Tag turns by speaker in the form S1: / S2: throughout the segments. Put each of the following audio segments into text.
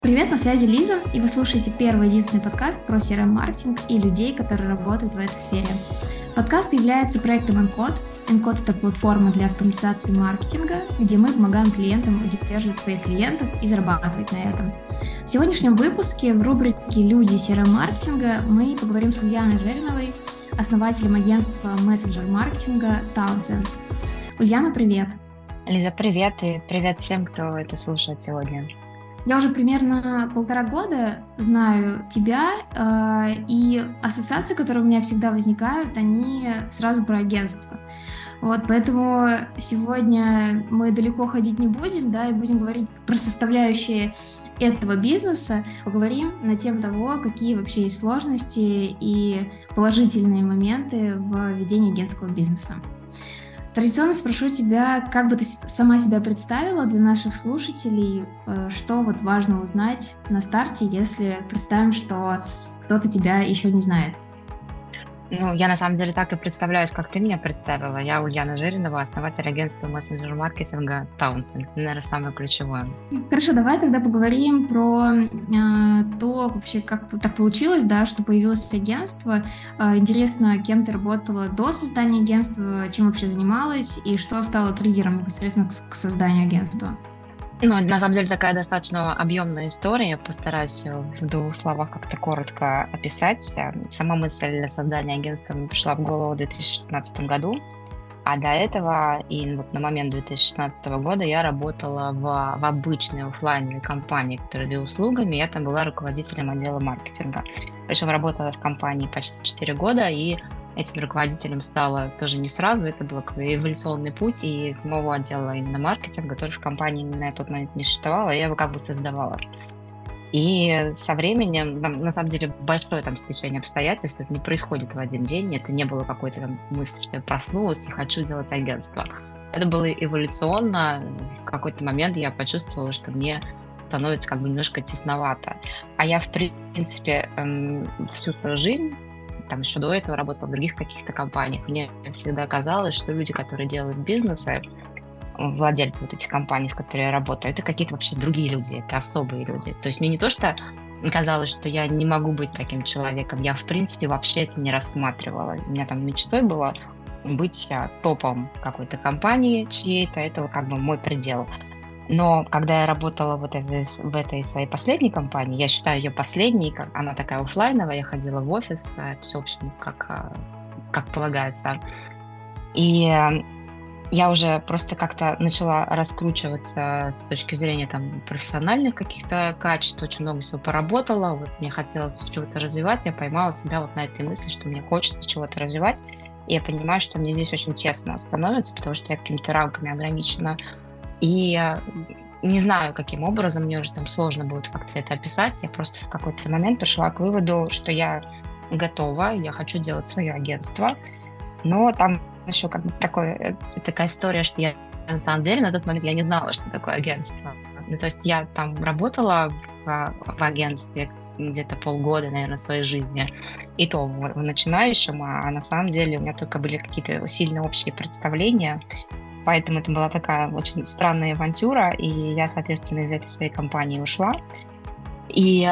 S1: Привет, на связи Лиза, и вы слушаете первый единственный подкаст про CRM-маркетинг и людей, которые работают в этой сфере. Подкаст является проектом Encode. Encode — это платформа для автоматизации маркетинга, где мы помогаем клиентам удерживать своих клиентов и зарабатывать на этом. В сегодняшнем выпуске в рубрике «Люди CRM-маркетинга» мы поговорим с Ульяной Жериновой, основателем агентства мессенджер-маркетинга Townsend. Ульяна, привет!
S2: Лиза, привет, и привет всем, кто это слушает сегодня.
S1: Я уже примерно 1,5 года знаю тебя, и ассоциации, которые у меня всегда возникают, они сразу про агентство. Вот, поэтому сегодня мы далеко ходить не будем, да, и будем говорить про составляющие этого бизнеса, поговорим на тему того, какие вообще есть сложности и положительные моменты в ведении агентского бизнеса. Традиционно спрошу тебя, как бы ты сама себя представила для наших слушателей, что вот важно узнать на старте, если представим, что кто-то тебя еще не знает.
S2: Я на самом деле так и представляюсь, как ты меня представила. Я Ульяна Жиринова, основатель агентства мессенджер-маркетинга Townsend. Это, наверное, самое ключевое.
S1: Хорошо, давай тогда поговорим про то, вообще, как так получилось, да, что появилось агентство. Интересно, кем ты работала до создания агентства, чем вообще занималась и что стало триггером непосредственно к созданию агентства?
S2: На самом деле такая достаточно объемная история. Я постараюсь в 2 словах как-то коротко описать. Сама мысль для создания агентства мне пришла в голову в 2016 году. А до этого, и вот на момент 2016 года, я работала в обычной офлайновой компании, которая вела услугами. Я там была руководителем отдела маркетинга. Причем работала в компании почти 4 года, и этим руководителем стала тоже не сразу. Это был эволюционный путь, и самого отдела именно маркетинга тоже в компании на тот момент не существовало, я его как бы создавала. И со временем, на самом деле, большое там стечение обстоятельств, это не происходит в один день, это не было какой-то там мысли, что я проснулась и хочу делать агентство. Это было эволюционно, в какой-то момент я почувствовала, что мне становится как бы немножко тесновато. А я, в принципе, всю свою жизнь, там еще до этого работала в других каких-то компаниях, мне всегда казалось, что люди, которые делают бизнесы, владельцы вот этих компаний, в которых я работаю, это какие-то вообще другие люди, это особые люди. То есть мне не то, что казалось, что я не могу быть таким человеком, я, в принципе, вообще это не рассматривала. У меня там мечтой было быть топом какой-то компании чьей-то, это как бы мой предел. Но когда я работала в этой своей последней компании, я считаю ее последней, она такая офлайновая, я ходила в офис, все, в общем, как полагается. И я уже просто как-то начала раскручиваться с точки зрения там профессиональных каких-то качеств, очень много всего поработала, вот мне хотелось чего-то развивать, я поймала себя вот на этой мысли, что мне хочется чего-то развивать, и я понимаю, что мне здесь очень тесно становится, потому что я какими-то рамками ограничена, и не знаю, каким образом, мне уже там сложно будет как-то это описать, я просто в какой-то момент пришла к выводу, что я готова, я хочу делать свое агентство, но там еще как бы такая история, что я на самом деле на тот момент я не знала, что такое агентство. То есть я там работала в агентстве где-то полгода, наверное, своей жизни, и то в начинающем, а на самом деле у меня только были какие-то сильно общие представления, поэтому это была такая очень странная авантюра, и я, соответственно, из этой своей компании ушла. И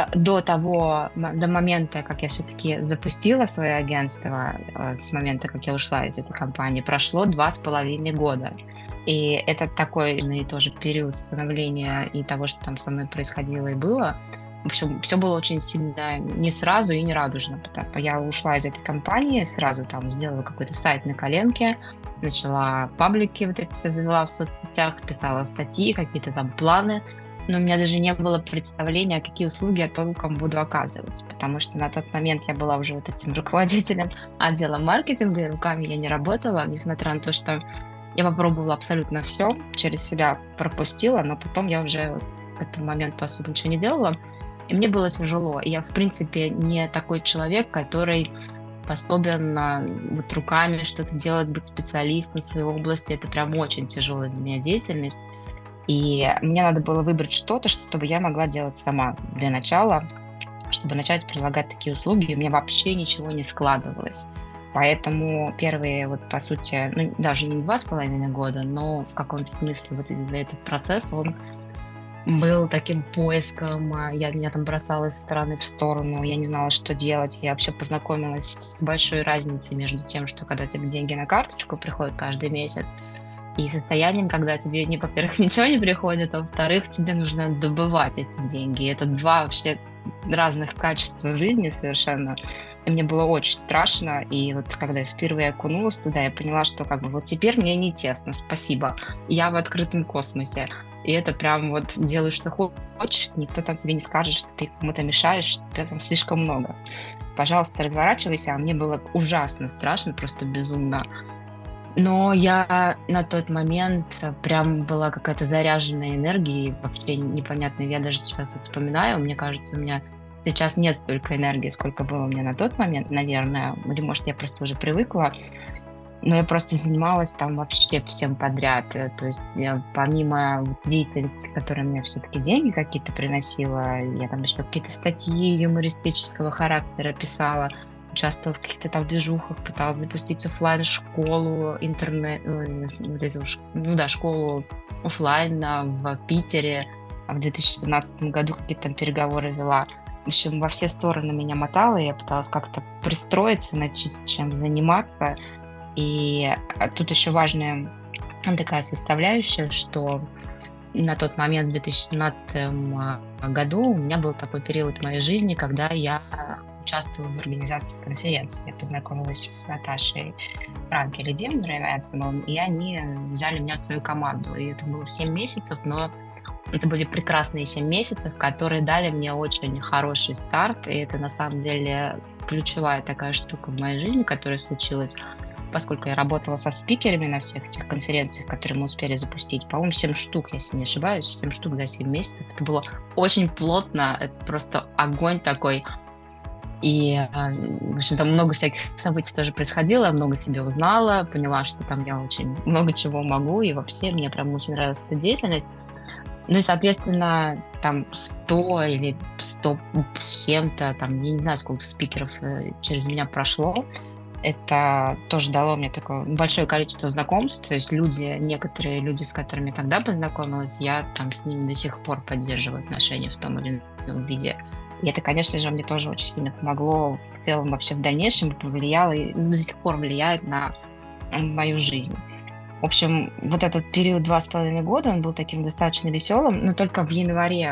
S2: до момента, как я все-таки запустила свое агентство, с момента, как я ушла из этой компании, прошло 2,5 года. И это такой и тоже период становления и того, что там со мной происходило и было. В общем, все было очень сильно не сразу и не радужно. Я ушла из этой компании, сразу там сделала какой-то сайт на коленке, начала паблики вот эти завела в соцсетях, писала статьи, какие-то там планы. Но у меня даже не было представления, какие услуги я толком буду оказывать, потому что на тот момент я была уже вот этим руководителем отдела маркетинга, и руками я не работала, несмотря на то, что я попробовала абсолютно все, через себя пропустила, но потом я уже к этому моменту особо ничего не делала, и мне было тяжело. И я, в принципе, не такой человек, который способен вот руками что-то делать, быть специалистом в своей области. Это прям очень тяжелая для меня деятельность. И мне надо было выбрать что-то, чтобы я могла делать сама для начала, чтобы начать предлагать такие услуги. У меня вообще ничего не складывалось. Поэтому первые, вот по сути, даже не 2,5 года, но в каком-то смысле вот этот процесс, он был таким поиском, меня там бросало из стороны в сторону, я не знала, что делать. Я вообще познакомилась с большой разницей между тем, что когда тебе деньги на карточку приходят каждый месяц, и состоянием, когда тебе, во-первых, ничего не приходит, а во-вторых, тебе нужно добывать эти деньги. Это два вообще разных качества жизни совершенно. И мне было очень страшно, и вот когда я впервые окунулась туда, я поняла, что как бы вот теперь мне не тесно, спасибо, я в открытом космосе. И это прям вот делаешь, что хочешь, никто там тебе не скажет, что ты кому-то мешаешь, что тебя там слишком много. Пожалуйста, разворачивайся, а мне было ужасно страшно, просто безумно. Но я на тот момент прям была какая-то заряженная энергией, вообще непонятно, я даже сейчас вот вспоминаю, мне кажется, у меня сейчас нет столько энергии, сколько было у меня на тот момент, наверное, или может я просто уже привыкла, но я просто занималась там вообще всем подряд, то есть помимо деятельности, которая мне все-таки деньги какие-то приносила, я там еще какие-то статьи юмористического характера писала, участвовала в каких-то там движухах, пыталась запустить офлайн школу, школу офлайн в Питере, в 2017 году какие-то там переговоры вела. В общем, во все стороны меня мотало, и я пыталась как-то пристроиться, начать чем заниматься. И тут еще важная такая составляющая, что на тот момент, в 2017 году, у меня был такой период в моей жизни, когда я участвовала в организации конференции. Я познакомилась с Наташей Франкель и Димой Равянцевым, и они взяли меня в свою команду. И это было 7 месяцев, но это были прекрасные 7 месяцев, которые дали мне очень хороший старт. И это на самом деле ключевая такая штука в моей жизни, которая случилась, поскольку я работала со спикерами на всех этих конференциях, которые мы успели запустить. По-моему, 7 штук, если не ошибаюсь, 7 штук за 7 месяцев. Это было очень плотно, это просто огонь такой. И, в общем, там много всяких событий тоже происходило, я много себе узнала, поняла, что там я очень много чего могу, и вообще мне прям очень нравилась эта деятельность. Ну и, соответственно, там 100 или 100 с чем-то, там, я не знаю, сколько спикеров через меня прошло. Это тоже дало мне такое большое количество знакомств, то есть некоторые люди, с которыми я тогда познакомилась, я там с ними до сих пор поддерживаю отношения в том или ином виде. И это, конечно же, мне тоже очень сильно помогло в целом вообще в дальнейшем, повлияло и до сих пор влияет на мою жизнь. В общем, вот этот период 2,5 года, он был таким достаточно веселым, но только в январе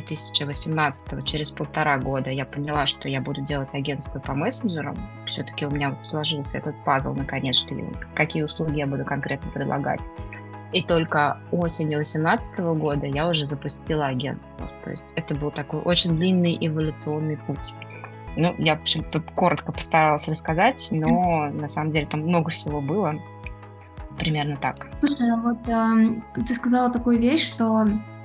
S2: 2018, через 1,5 года, я поняла, что я буду делать агентство по мессенджерам. Все-таки у меня вот сложился этот пазл, наконец-то, какие услуги я буду конкретно предлагать. И только осенью 2018 года я уже запустила агентство. То есть это был такой очень длинный эволюционный путь. Ну, я, в общем, тут коротко постаралась рассказать, но на самом деле там много всего было. Примерно так.
S1: Слушай, вот ты сказала такую вещь, что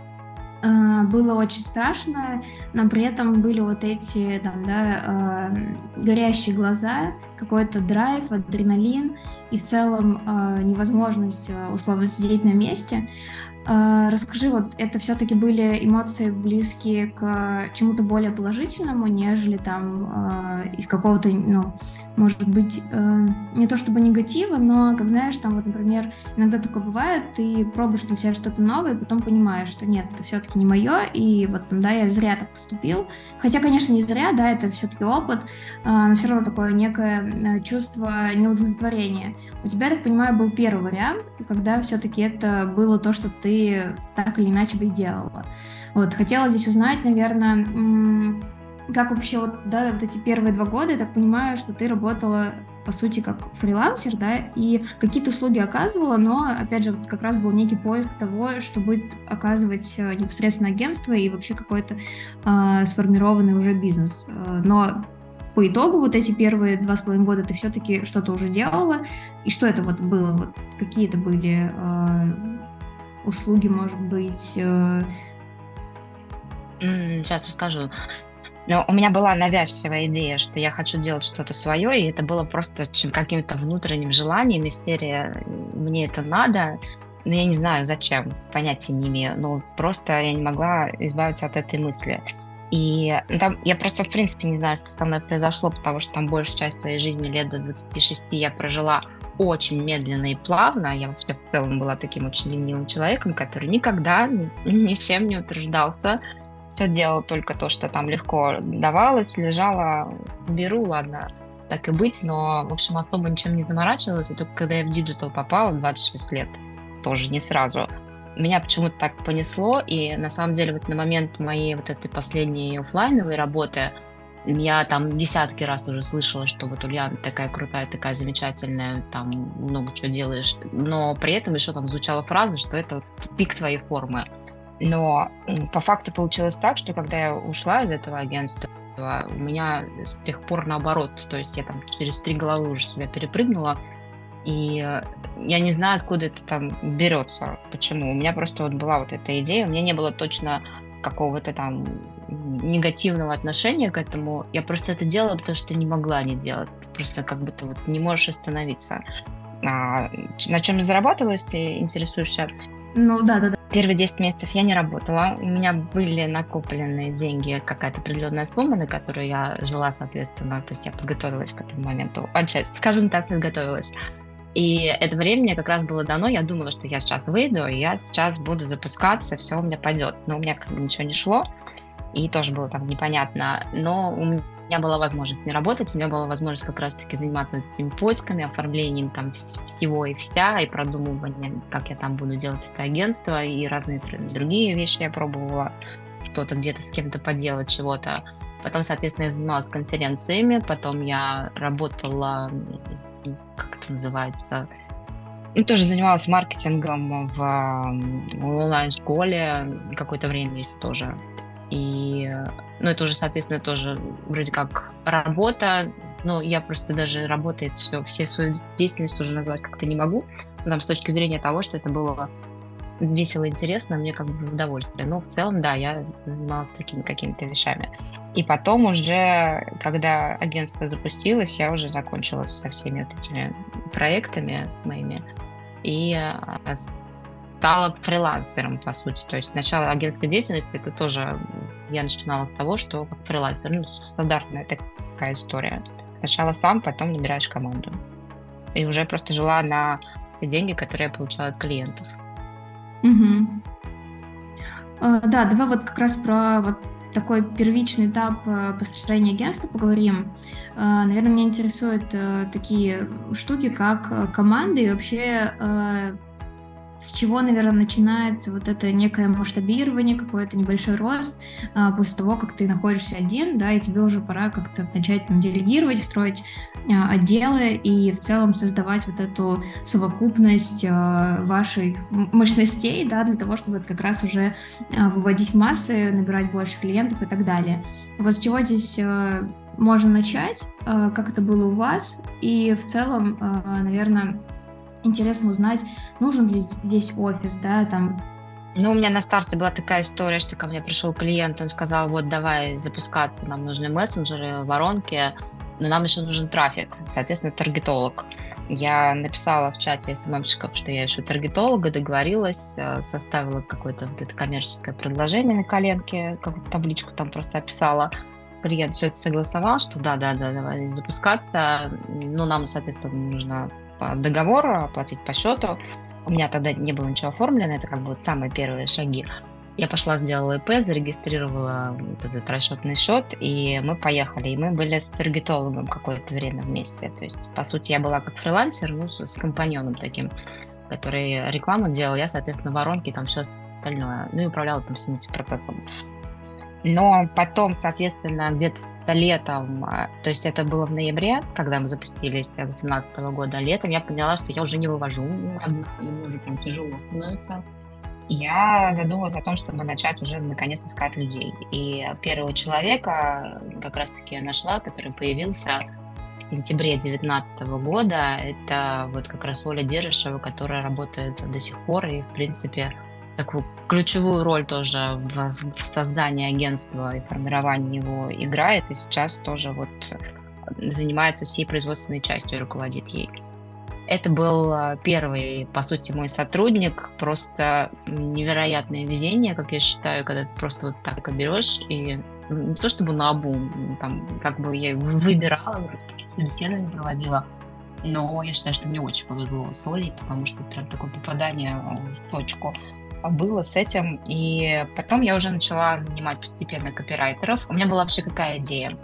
S1: было очень страшно, но при этом были вот эти там, да, горящие глаза, какой-то драйв, адреналин и в целом невозможность условно сидеть на месте. Расскажи, вот это все-таки были эмоции близкие к чему-то более положительному, нежели там из какого-то, ну, может быть, не то чтобы негатива, но, как знаешь, там вот, например, иногда такое бывает, ты пробуешь для себя что-то новое, и потом понимаешь, что нет, это все-таки не мое, и вот там, да, я зря так поступил. Хотя, конечно, не зря, да, это все-таки опыт, но все равно такое некое чувство неудовлетворения. У тебя, я так понимаю, был первый вариант, когда все-таки это было то, что ты так или иначе бы сделала. Вот, хотела здесь узнать, наверное, как вообще вот, да, вот эти первые 2 года, я так понимаю, что ты работала, по сути, как фрилансер, да, и какие-то услуги оказывала, но, опять же, вот как раз был некий поиск того, что будет оказывать непосредственно агентство и вообще какой-то сформированный уже бизнес. Но по итогу вот эти первые 2,5 года ты все-таки что-то уже делала, и что это вот было? Вот какие это были услуги, может быть?
S2: Сейчас расскажу. Но у меня была навязчивая идея, что я хочу делать что-то свое, и это было просто каким-то внутренним желанием из серии «мне это надо», но я не знаю зачем, понятия не имею, но просто я не могла избавиться от этой мысли. И там я просто в принципе не знаю, что со мной произошло, потому что там большую часть своей жизни, лет до 26, я прожила очень медленно и плавно. Я вообще в целом была таким очень ленивым человеком, который никогда ни с чем не утверждался. Все делал только то, что там легко давалось, лежала, беру, ладно, так и быть, но, в общем, особо ничем не заморачивалась. И только когда я в диджитал попала в 26 лет, тоже не сразу, меня почему-то так понесло, и на самом деле вот на момент моей вот этой последней оффлайновой работы я там десятки раз уже слышала, что вот Ульяна такая крутая, такая замечательная, там много чего делаешь, но при этом еще там звучала фраза, что это вот пик твоей формы. Но по факту получилось так, что когда я ушла из этого агентства, у меня с тех пор наоборот, то есть я там через 3 головы уже себя перепрыгнула, и я не знаю, откуда это там берется, почему. У меня просто вот была вот эта идея, у меня не было точно какого-то там негативного отношения к этому. Я просто это делала, потому что не могла не делать. Просто как будто вот не можешь остановиться. На чем я зарабатывала, если ты интересуешься?
S1: Ну, да.
S2: Первые 10 месяцев я не работала. У меня были накопленные деньги, какая-то определенная сумма, на которую я жила, соответственно. То есть я подготовилась к этому моменту. Скажем так, подготовилась. И это время мне как раз было дано. Я думала, что я сейчас выйду, и я сейчас буду запускаться, все у меня пойдет. Но у меня как бы ничего не шло. И тоже было там непонятно. Но у меня была возможность не работать, у меня была возможность как раз-таки заниматься вот этими поисками, оформлением там всего и вся, и продумыванием, как я там буду делать это агентство, и разные другие вещи я пробовала, что-то где-то с кем-то поделать, чего-то. Потом, соответственно, я занималась конференциями, потом я работала, как это называется, тоже занималась маркетингом в онлайн-школе какое-то время еще тоже. И, это уже, соответственно, тоже вроде как работа, но я просто даже работает все свою деятельность уже назвать как-то не могу, там с точки зрения того, что это было весело, интересно, мне как бы в удовольствие. Но в целом, да, я занималась такими какими-то вещами. И потом уже, когда агентство запустилось, я уже закончила со всеми вот этими проектами моими и стала фрилансером, по сути. То есть начало агентской деятельности, это тоже я начинала с того, что как фрилансер. Стандартная такая история. Сначала сам, потом набираешь команду. И уже просто жила на те деньги, которые я получала от клиентов.
S1: Угу. Да, давай вот как раз про вот такой первичный этап построения агентства поговорим. Наверное, меня интересуют такие штуки, как команды и вообще с чего, наверное, начинается вот это некое масштабирование, какой-то небольшой рост после того, как ты находишься один, да, и тебе уже пора как-то начать делегировать, строить отделы и в целом создавать вот эту совокупность ваших мощностей, да, для того, чтобы это как раз уже выводить в массы, набирать больше клиентов и так далее. Вот с чего здесь можно начать, как это было у вас, и в целом, наверное, интересно узнать, нужен ли здесь офис, да, там.
S2: У меня на старте была такая история, что ко мне пришел клиент, он сказал, вот давай запускаться, нам нужны мессенджеры, воронки, но нам еще нужен трафик, соответственно, таргетолог. Я написала в чате СММщиков, что я ищу таргетолога, договорилась, составила какое-то вот это коммерческое предложение на коленке, какую-то табличку там просто описала. Клиент все это согласовал, что да, давай запускаться, нам, соответственно, нужно договор, оплатить по счету. У меня тогда не было ничего оформлено, это как бы вот самые первые шаги. Я пошла, сделала ИП, зарегистрировала этот расчетный счет, и мы поехали. И мы были с таргетологом какое-то время вместе. То есть, по сути, я была как фрилансер, с компаньоном таким, который рекламу делал, я, соответственно, воронки, там все остальное. И управляла там всем этим процессом. Но потом, соответственно, где-то летом, то есть это было в ноябре, когда мы запустились 2018 года, летом я поняла, что я уже не вывожу одна, и мне уже прям тяжело становится. Я задумалась о том, чтобы начать уже наконец искать людей. И первого человека как раз-таки я нашла, который появился в сентябре 2019 года. Это вот как раз Оля Дерышева, которая работает до сих пор и, в принципе, такую ключевую роль тоже в создании агентства и формировании его играет, и сейчас тоже вот занимается всей производственной частью, руководит ей. Это был первый, по сути, мой сотрудник, просто невероятное везение, как я считаю, когда ты просто вот так берешь и не то чтобы наобум, там, как бы я его выбирала, какие-то собеседования проводила, Но я считаю, что мне очень повезло с Олей, потому что прям такое попадание в точку было с этим. И потом я уже начала нанимать постепенно копирайтеров. У меня была вообще какая идея?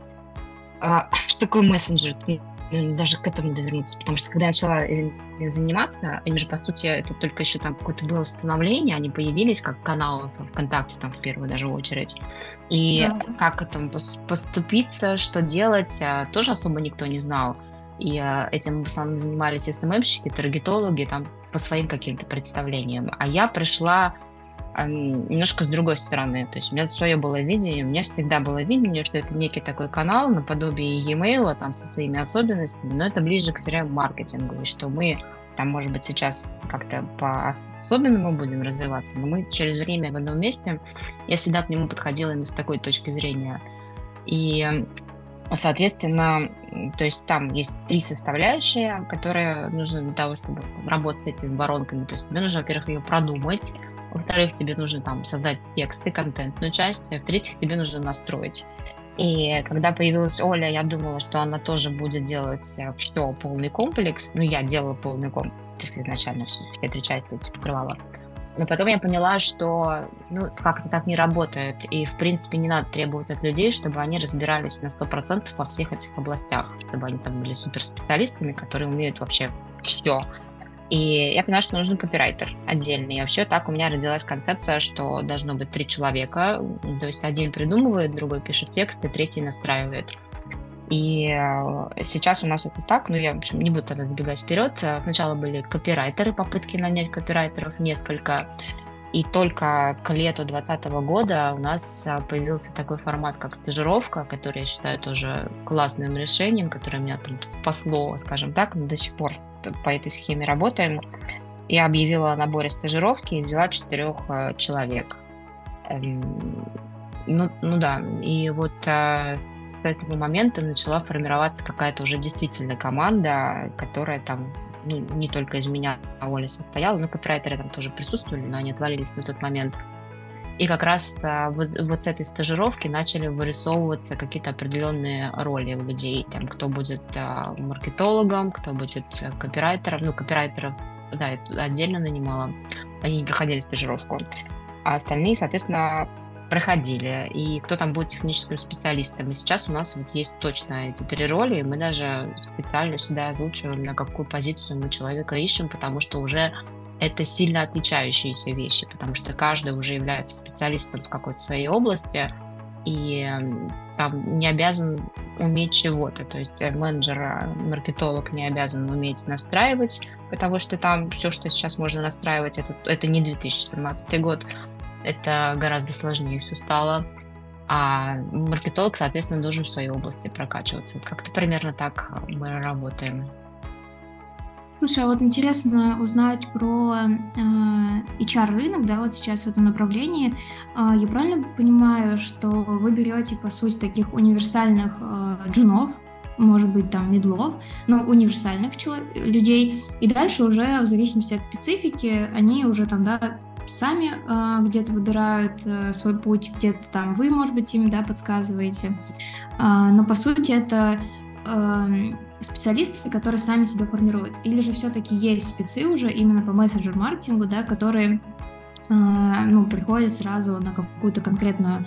S2: Что такое мессенджер? Даже к этому надо вернуться, потому что когда я начала заниматься, им же, по сути, это только еще там какое-то было становление, они появились как каналы в ВКонтакте, там, в первую даже очередь. И
S1: Да.
S2: как этому поступиться, что делать, тоже особо никто не знал. И этим в основном занимались СММщики, таргетологи, там, по своим каким-то представлениям. А я пришла немножко с другой стороны. То есть у меня свое было видение, у меня всегда было видение, что это некий такой канал наподобие e-mail, там со своими особенностями, но это ближе к CRM-маркетингу, и что мы там, может быть, сейчас как-то по-особенному будем развиваться, но мы через время в одном месте, я всегда к нему подходила именно с такой точки зрения. И, соответственно, то есть там есть 3 составляющие, которые нужны для того, чтобы работать с этими воронками. То есть тебе нужно, во-первых, ее продумать, во-вторых, тебе нужно там создать тексты, контентную часть, а в-третьих, тебе нужно настроить. И когда появилась Оля, я думала, что она тоже будет делать все, полный комплекс. Ну, я делала полный комплекс изначально, все 3 части покрывала. Но потом я поняла, что как-то так не работает. И, в принципе, не надо требовать от людей, чтобы они разбирались на 100% во всех этих областях, чтобы они там были суперспециалистами, которые умеют вообще все. И я поняла, что нужен копирайтер отдельный. И вообще так у меня родилась концепция, что должно быть 3 человека. То есть один придумывает, другой пишет текст, и третий настраивает. И сейчас у нас это так, но я, в общем, не буду тогда забегать вперед. Сначала были копирайтеры, попытки нанять копирайтеров несколько. И только к лету 2020 года у нас появился такой формат, как стажировка, который я считаю тоже классным решением, которое меня там спасло, скажем так. Мы до сих пор по этой схеме работаем. Я объявила о наборе стажировки и взяла 4 человек. Да, и вот с этого момента начала формироваться какая-то уже действительно команда, которая там не только из меня, Оля состояла, но копирайтеры там тоже присутствовали, но они отвалились на тот момент. И как раз вот с этой стажировки начали вырисовываться какие-то определенные роли у людей. Там, кто будет маркетологом, кто будет копирайтером. Копирайтеров, да, я отдельно нанимала. Они не проходили стажировку. А остальные, соответственно, проходили. И кто там будет техническим специалистом. И сейчас у нас вот есть точно эти 3 роли. И мы даже специально всегда озвучивали, на какую позицию мы человека ищем, потому что уже это сильно отличающиеся вещи, потому что каждый уже является специалистом в какой-то своей области и там не обязан уметь чего-то. То есть менеджер, маркетолог не обязан уметь настраивать, потому что там все, что сейчас можно настраивать, это не 2017 год, это гораздо сложнее все стало. А маркетолог, соответственно, должен в своей области прокачиваться. Как-то примерно так мы работаем.
S1: Слушай, а вот интересно узнать про HR-рынок, да, вот сейчас в этом направлении. Я правильно понимаю, что вы берете, по сути, таких универсальных джунов, может быть, там, медлов, но универсальных людей, и дальше уже в зависимости от специфики они уже там, да, сами где-то выбирают свой путь, где-то там вы, может быть, им, да, подсказываете. Но, по сути, это специалисты, которые сами себя формируют. Или же все-таки есть спецы уже именно по мессенджер-маркетингу, да, которые приходят сразу на какую-то конкретную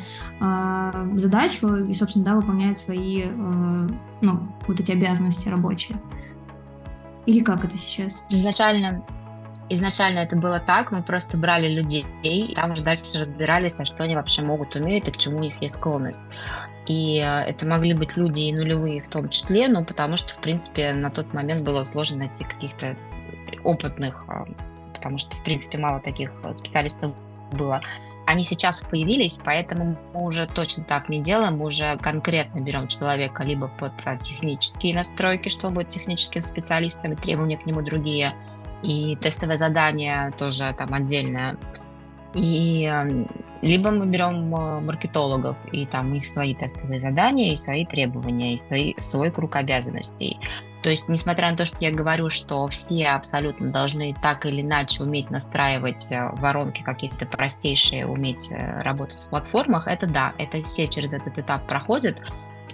S1: задачу и, собственно, да, выполняют свои вот эти обязанности рабочие. Или как это сейчас?
S2: Изначально это было так, мы просто брали людей, и там уже дальше разбирались, на что они вообще могут, умеют и к чему у них есть склонность. И это могли быть люди и нулевые в том числе, потому что, в принципе, на тот момент было сложно найти каких-то опытных, потому что, в принципе, мало таких специалистов было. Они сейчас появились, поэтому мы уже точно так не делаем, мы уже конкретно берем человека либо под технические настройки, что будет техническим специалистом, и требования к нему другие, и тестовое задание тоже там отдельное. И либо мы берем маркетологов, и там у них свои тестовые задания, и свои требования, и свой круг обязанностей. То есть, несмотря на то, что я говорю, что все абсолютно должны так или иначе уметь настраивать воронки какие-то простейшие, уметь работать в платформах, это да, это все через этот этап проходят.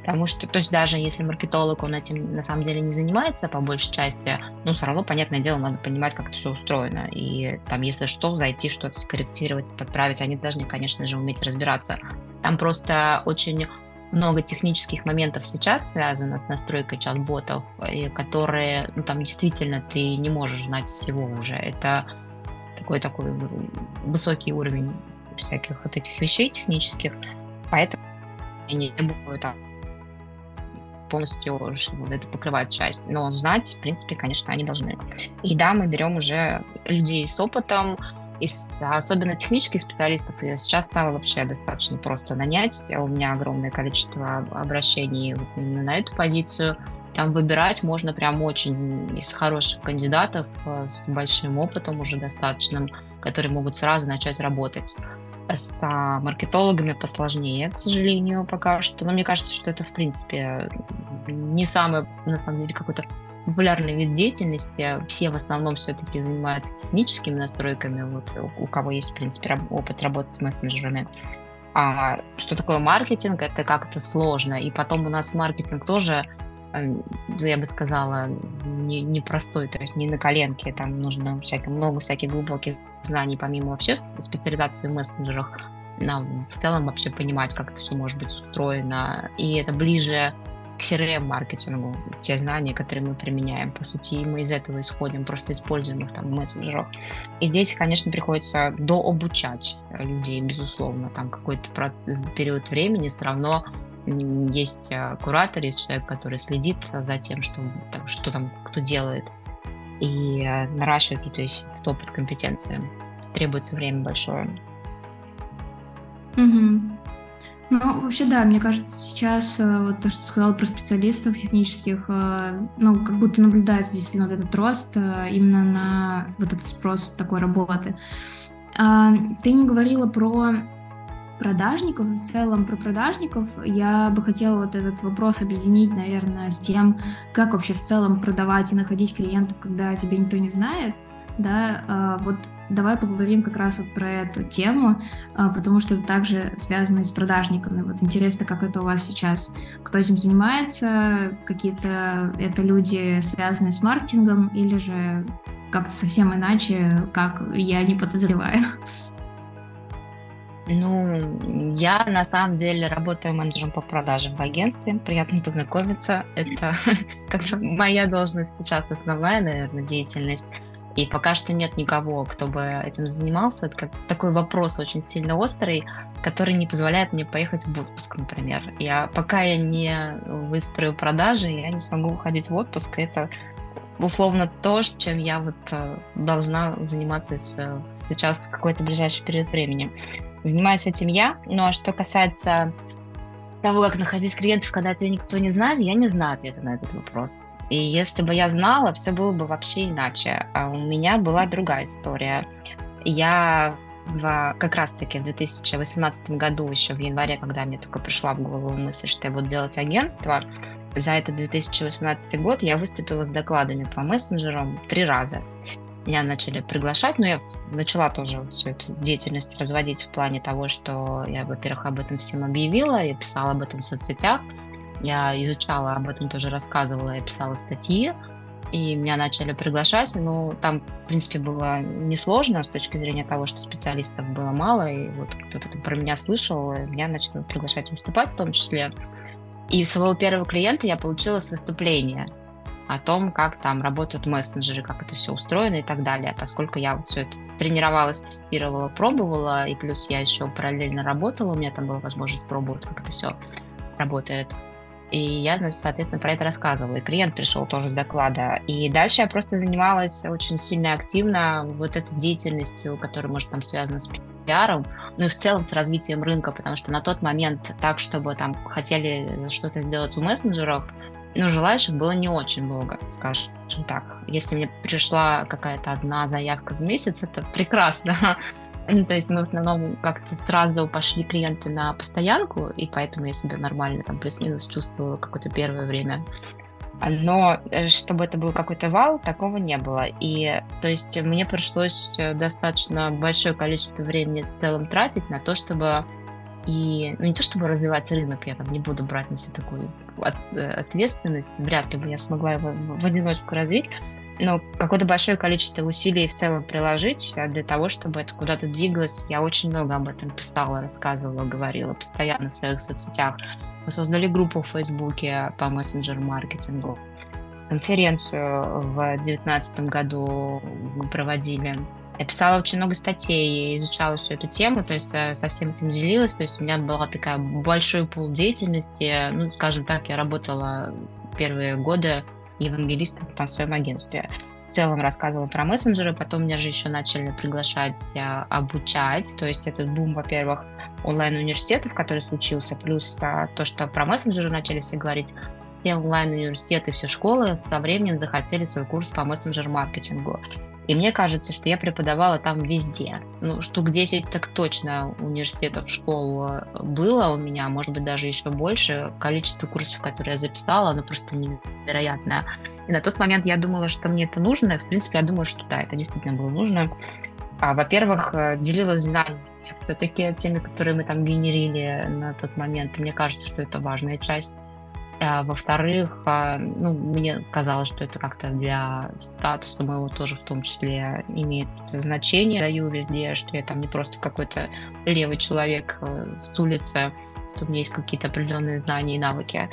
S2: Потому что, то есть даже если маркетолог, он этим на самом деле не занимается по большей части, ну, все равно, понятное дело, надо понимать, как это все устроено. И там, если что, зайти, что-то скорректировать, подправить, они должны, конечно же, уметь разбираться. Там просто очень много технических моментов сейчас связано с настройкой чат-ботов, и которые, ну, там действительно ты не можешь знать всего уже. Это такой высокий уровень всяких вот этих вещей технических, поэтому я не требую там полностью это покрывает часть, но знать, в принципе, конечно, они должны. И да, мы берем уже людей с опытом, особенно технических специалистов сейчас стало вообще достаточно просто нанять. У меня огромное количество обращений вот именно на эту позицию. Там выбирать можно прям очень из хороших кандидатов с большим опытом уже достаточным, которые могут сразу начать работать. С маркетологами посложнее, к сожалению, пока что. Но мне кажется, что это, в принципе, не самый, на самом деле, какой-то популярный вид деятельности. Все в основном все-таки занимаются техническими настройками, вот у кого есть, в принципе, опыт работы с мессенджерами. А что такое маркетинг, это как-то сложно. И потом у нас маркетинг тоже, я бы сказала, непростой, то есть не на коленке. Там нужно много всяких глубоких знаний, помимо вообще специализации в мессенджерах. Нам в целом вообще понимать, как это все может быть устроено. И это ближе к CRM-маркетингу, те знания, которые мы применяем, по сути, и мы из этого исходим, просто используем их там в мессенджерах. И здесь, конечно, приходится дообучать людей, безусловно, там какой-то период времени все равно есть куратор, есть человек, который следит за тем, что там кто делает, и наращивает, то есть этот опыт, компетенции. Требуется время большое.
S1: Ну, вообще, да, мне кажется, сейчас вот то, что ты сказала про специалистов технических, ну, как будто наблюдается действительно вот этот рост именно на вот этот спрос такой работы. Ты не говорила про продажников, в целом про продажников. Я бы хотела вот этот вопрос объединить, наверное, с тем, как вообще в целом продавать и находить клиентов, когда тебя никто не знает, да, вот давай поговорим как раз вот про эту тему, потому что это также связано и с продажниками. Вот интересно, как это у вас сейчас, кто этим занимается, какие-то это люди, связанные с маркетингом, или же как-то совсем иначе, как я не подозреваю.
S2: Ну, я на самом деле работаю менеджером по продажам в агентстве. Приятно познакомиться. Это как бы моя должность сейчас основная, наверное, деятельность. И пока что нет никого, кто бы этим занимался. Это как такой вопрос очень сильно острый, который не позволяет мне поехать в отпуск, например. Пока я не выстрою продажи, я не смогу уходить в отпуск. Это условно то, чем я вот должна заниматься сейчас в какой-то ближайший период времени. Занимаюсь этим я. Ну а что касается того, как находить клиентов, когда тебя никто не знает, я не знаю ответа на этот вопрос. И если бы я знала, все было бы вообще иначе. А у меня была другая история. Я как раз-таки в 2018 году, еще в январе, когда мне только пришла в голову мысль, что я буду делать агентство, за этот 2018 год я выступила с докладами по мессенджерам 3 раза. Меня начали приглашать, но я начала тоже всю эту деятельность разводить в плане того, что я, во-первых, об этом всем объявила, я писала об этом в соцсетях, я изучала, об этом тоже рассказывала, я писала статьи, и меня начали приглашать, но там, в принципе, было несложно с точки зрения того, что специалистов было мало, и вот кто-то про меня слышал, и меня начали приглашать выступать в том числе. И своего первого клиента я получила с выступления о том, как там работают мессенджеры, как это все устроено и так далее. Поскольку я вот все это тренировалась, тестировала, пробовала, и плюс я еще параллельно работала, у меня там была возможность пробовать, как это все работает. И я, соответственно, про это рассказывала. И клиент пришел тоже с доклада. И дальше я просто занималась очень сильно активно вот этой деятельностью, которая, может, там связана с пиаром, ну и в целом с развитием рынка, потому что на тот момент так, чтобы там хотели что-то сделать у мессенджеров, ну, желающих было не очень много, скажем так. Если мне пришла какая-то одна заявка в месяц, это прекрасно. То есть мы в основном как-то сразу пошли клиенты на постоянку, и поэтому я себя нормально там плюс-минус чувствовала какое-то первое время. Но чтобы это был какой-то вал, такого не было. И то есть мне пришлось достаточно большое количество времени в целом тратить на то, чтобы И, ну, не то чтобы развивать рынок, я там не буду брать на себя такую ответственность, вряд ли бы я смогла его в одиночку развить, но какое-то большое количество усилий в целом приложить для того, чтобы это куда-то двигалось. Я очень много об этом писала, рассказывала, говорила постоянно в своих соцсетях. Мы создали группу в Фейсбуке по мессенджер-маркетингу. Конференцию в 2019 году мы проводили. Я писала очень много статей, изучала всю эту тему, то есть со всем этим делилась. То есть у меня была такая большой пул деятельности. Ну, скажем так, я работала первые годы евангелистом в своем агентстве. В целом рассказывала про мессенджеры, потом меня же еще начали приглашать обучать. То есть этот бум, во-первых, онлайн-университетов, который случился, плюс то, что про мессенджеры начали все говорить. Все онлайн-университеты, все школы со временем захотели свой курс по мессенджер-маркетингу. И мне кажется, что я преподавала там везде. Ну, штук 10 так точно университетов, школ было у меня, может быть, даже еще больше. Количество курсов, которые я записала, оно просто невероятное. И на тот момент я думала, что мне это нужно. В принципе, я думаю, что да, это действительно было нужно. Во-первых, делилась знаниями все-таки теми, которые мы там генерили на тот момент. И мне кажется, что это важная часть. Во-вторых, ну, мне казалось, что это как-то для статуса моего тоже в том числе имеет значение. Даю везде, что я там не просто какой-то левый человек с улицы, что у меня есть какие-то определенные знания и навыки.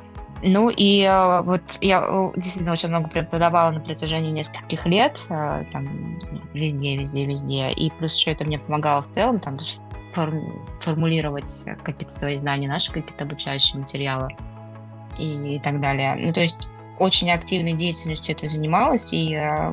S2: Ну и вот я действительно очень много преподавала на протяжении нескольких лет, там везде. И плюс еще это мне помогало в целом там формулировать какие-то свои знания, наши какие-то обучающие материалы. И так далее. Ну, то есть очень активной деятельностью это занималась, и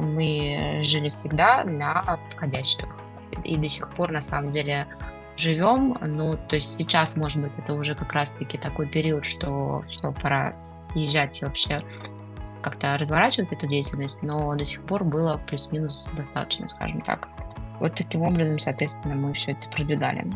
S2: мы жили всегда на входящих. И до сих пор, на самом деле, живем. Ну, то есть сейчас, может быть, это уже как раз-таки такой период, что пора съезжать и вообще как-то разворачивать эту деятельность, но до сих пор было плюс-минус достаточно, скажем так. Вот таким образом, соответственно, мы все это продвигали.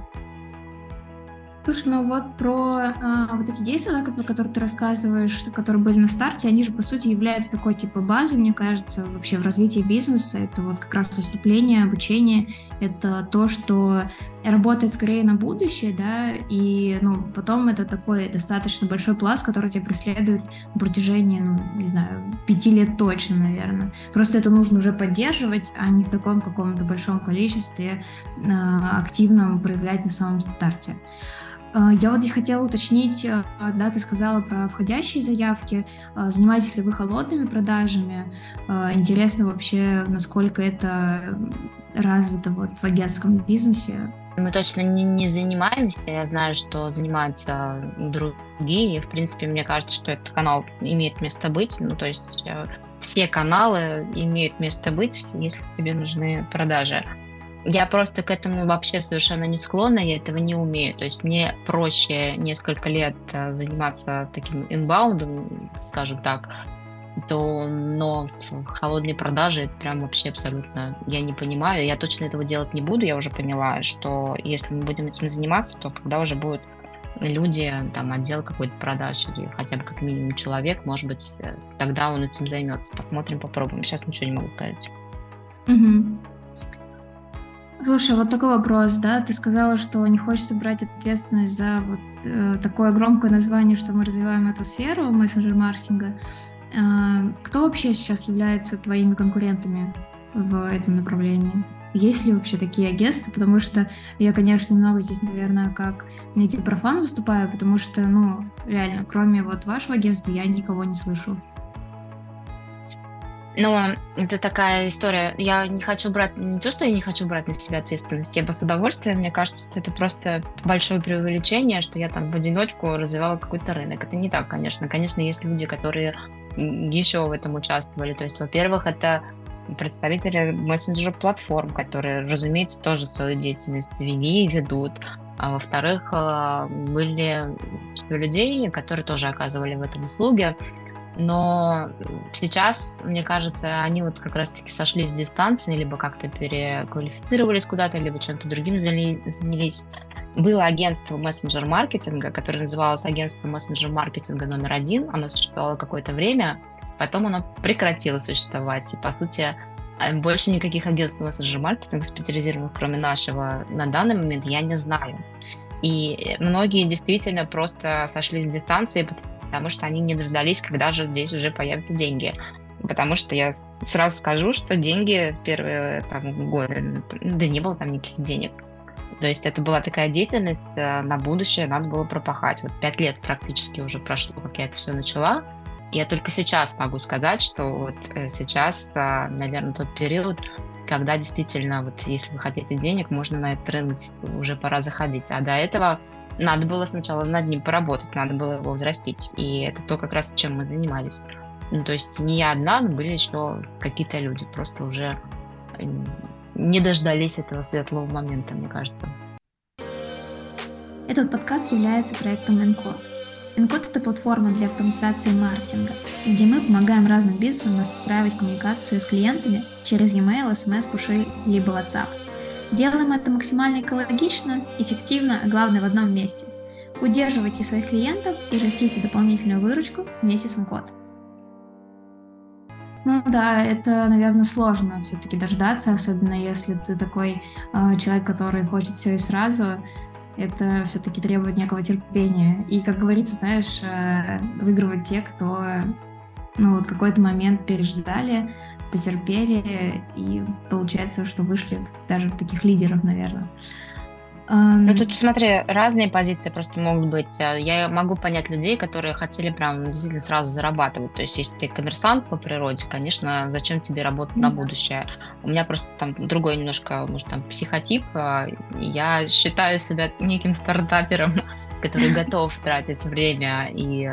S1: Слушай, ну вот про вот эти действия, да, про которые ты рассказываешь, которые были на старте, они же, по сути, являются такой типа базой, мне кажется, вообще в развитии бизнеса. Это вот как раз выступление, обучение, это то, что работает скорее на будущее, да, и, ну, потом это такой достаточно большой пласт, который тебя преследует на протяжении, ну, не знаю, 5 лет точно, наверное. Просто это нужно уже поддерживать, а не в таком каком-то большом количестве активном проявлять на самом старте. Я вот здесь хотела уточнить, да, ты сказала про входящие заявки. Занимаетесь ли вы холодными продажами? Интересно вообще, насколько это развито вот в агентском бизнесе?
S2: Мы точно не занимаемся. Я знаю, что занимаются другие. В принципе, мне кажется, что этот канал имеет место быть. Ну, то есть все каналы имеют место быть, если тебе нужны продажи. Я просто к этому вообще совершенно не склонна, я этого не умею. То есть мне проще несколько лет заниматься таким инбаундом, скажем так, но в холодной продаже это прям вообще абсолютно я не понимаю. Я точно этого делать не буду, я уже поняла, что если мы будем этим заниматься, то когда уже будут люди, там, отдел какой-то продаж или хотя бы как минимум человек, может быть, тогда он этим займется. Посмотрим, попробуем. Сейчас ничего не могу сказать.
S1: Слушай, вот такой вопрос, да, ты сказала, что не хочется брать ответственность за вот такое громкое название, что мы развиваем эту сферу мессенджер-маркетинга. Кто вообще сейчас является твоими конкурентами в этом направлении? Есть ли вообще такие агентства? Потому что я, конечно, немного здесь, наверное, как некий профан выступаю, потому что, ну, реально, кроме вот вашего агентства, я никого не слышу.
S2: Ну, это такая история. Я не хочу брать, не то, что я не хочу брать на себя ответственность, я бы с удовольствием, мне кажется, что это просто большое преувеличение, что я там в одиночку развивала какой-то рынок. Это не так, конечно. Конечно, есть люди, которые еще в этом участвовали. То есть, во-первых, это представители мессенджер-платформ, которые, разумеется, тоже свою деятельность вели и ведут. А во-вторых, были людей, которые тоже оказывали в этом услуги. Но сейчас, мне кажется, они вот как раз-таки сошли с дистанции, либо как-то переквалифицировались куда-то, либо чем-то другим занялись. Было агентство мессенджер-маркетинга, которое называлось агентство мессенджер-маркетинга номер 1. Оно существовало какое-то время, потом оно прекратило существовать. И, по сути, больше никаких агентств мессенджер-маркетинга специализированных, кроме нашего, на данный момент я не знаю. И многие действительно просто сошли с дистанции, потому что они не дождались, когда же здесь уже появятся деньги. Потому что я сразу скажу, что деньги в первые там, годы, да не было там никаких денег. То есть это была такая деятельность на будущее, надо было пропахать. Вот 5 лет практически уже прошло, как я это все начала. И я только сейчас могу сказать, что вот сейчас, наверное, тот период, когда действительно, вот если вы хотите денег, можно на этот рынок уже пора заходить. А до этого надо было сначала над ним поработать, надо было его взрастить. И это то, как раз чем мы занимались. Ну, то есть не я одна, но были еще какие-то люди, просто уже не дождались этого светлого момента, мне кажется.
S1: Этот подкаст является проектом Encode. Encode — это платформа для автоматизации маркетинга, где мы помогаем разным бизнесам настраивать коммуникацию с клиентами через e-mail, SMS, пуши, либо WhatsApp. Делаем это максимально экологично, эффективно, а главное в одном месте. Удерживайте своих клиентов и растите дополнительную выручку вместе с Encode. Ну да, это, наверное, сложно все-таки дождаться, особенно если ты такой человек, который хочет все и сразу. Это все-таки требует некого терпения. И, как говорится, знаешь, выигрывают те, кто вот какой-то момент переждали, потерпели, и получается, что вышли даже в таких лидеров, наверное.
S2: Ну, тут, смотри, разные позиции просто могут быть. Я могу понять людей, которые хотели прям действительно сразу зарабатывать. То есть, если ты коммерсант по природе, конечно, зачем тебе работать на будущее? У меня просто там другой немножко, может, там, психотип. Я считаю себя неким стартапером, который готов тратить время и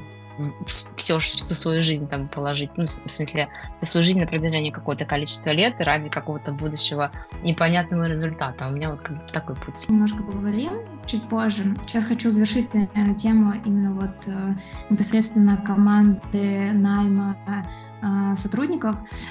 S2: всю свою жизнь там положить, ну, в смысле, всю свою жизнь на протяжении какого-то количества лет ради какого-то будущего непонятного результата. У меня вот как бы такой путь.
S1: Немножко поговорим чуть позже. Сейчас хочу завершить, наверное, тему именно вот непосредственно команды найма сотрудников.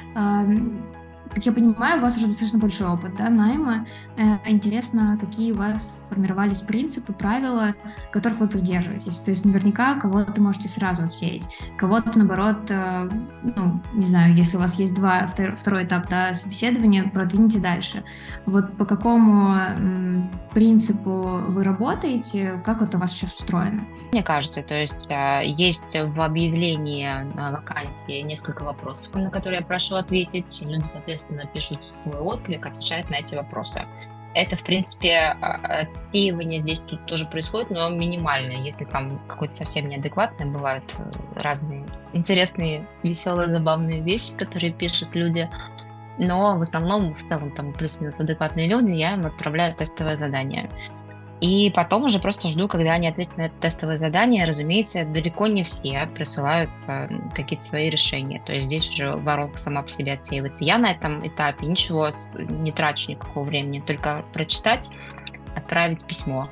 S1: Как я понимаю, у вас уже достаточно большой опыт, да, найма. Интересно, какие у вас формировались принципы, правила, которых вы придерживаетесь. То есть наверняка кого-то можете сразу отсеять, кого-то, наоборот, не знаю, если у вас есть второй этап, да, собеседования, продвиньте дальше. Вот по какому принципу вы работаете, как это у вас сейчас устроено?
S2: Мне кажется, то есть есть в объявлении на вакансии несколько вопросов, на которые я прошу ответить. Люди, соответственно, пишут свой отклик, отвечают на эти вопросы. Это, в принципе, отсеивание здесь тут тоже происходит, но минимальное. Если там какое-то совсем неадекватное, бывают разные интересные, веселые, забавные вещи, которые пишут люди. Но в основном, в целом, там плюс-минус адекватные люди, я им отправляю тестовое задание. И потом уже просто жду, когда они ответят на это тестовое задание. Разумеется, далеко не все присылают какие-то свои решения. То есть здесь уже воронка сама по себе отсеивается. Я на этом этапе ничего не трачу, никакого времени. Только прочитать, отправить письмо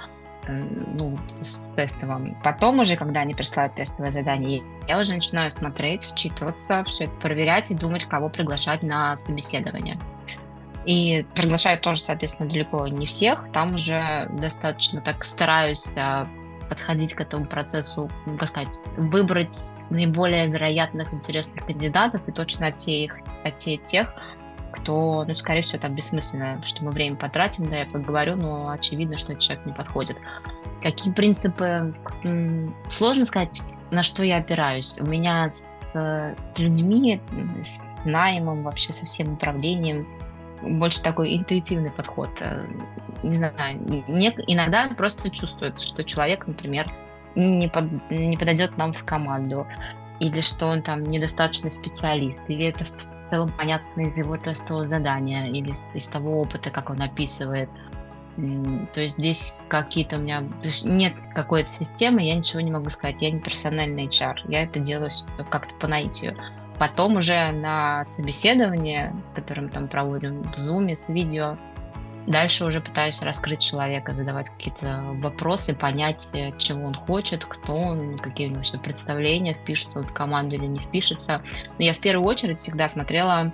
S2: с тестовым. Потом уже, когда они присылают тестовое задание, я уже начинаю смотреть, вчитываться, все это проверять и думать, кого приглашать на собеседование. И приглашаю тоже, соответственно, далеко не всех. Там уже достаточно так стараюсь подходить к этому процессу, как сказать, выбрать наиболее вероятных, интересных кандидатов и точно отсеять тех, кто, скорее всего, там бессмысленно, что мы время потратим, да, я поговорю, но очевидно, что этот человек не подходит. Какие принципы? Сложно сказать, на что я опираюсь. У меня с людьми, с наймом, вообще со всем управлением больше такой интуитивный подход. Не знаю, иногда просто чувствует, что человек, например, не подойдет нам в команду, или что он там недостаточно специалист, или это в целом понятно из его тестового задания, или из того опыта, как он описывает. То есть здесь какие-то у меня нет какой-то системы, я ничего не могу сказать, я не профессиональный HR, я это делаю как-то по наитию. Потом уже на собеседование, которое мы там проводим в Zoom с видео, дальше уже пытаюсь раскрыть человека, задавать какие-то вопросы, понять, чего он хочет, кто он, какие у него все представления, впишется он в команду или не впишется. Но я в первую очередь всегда смотрела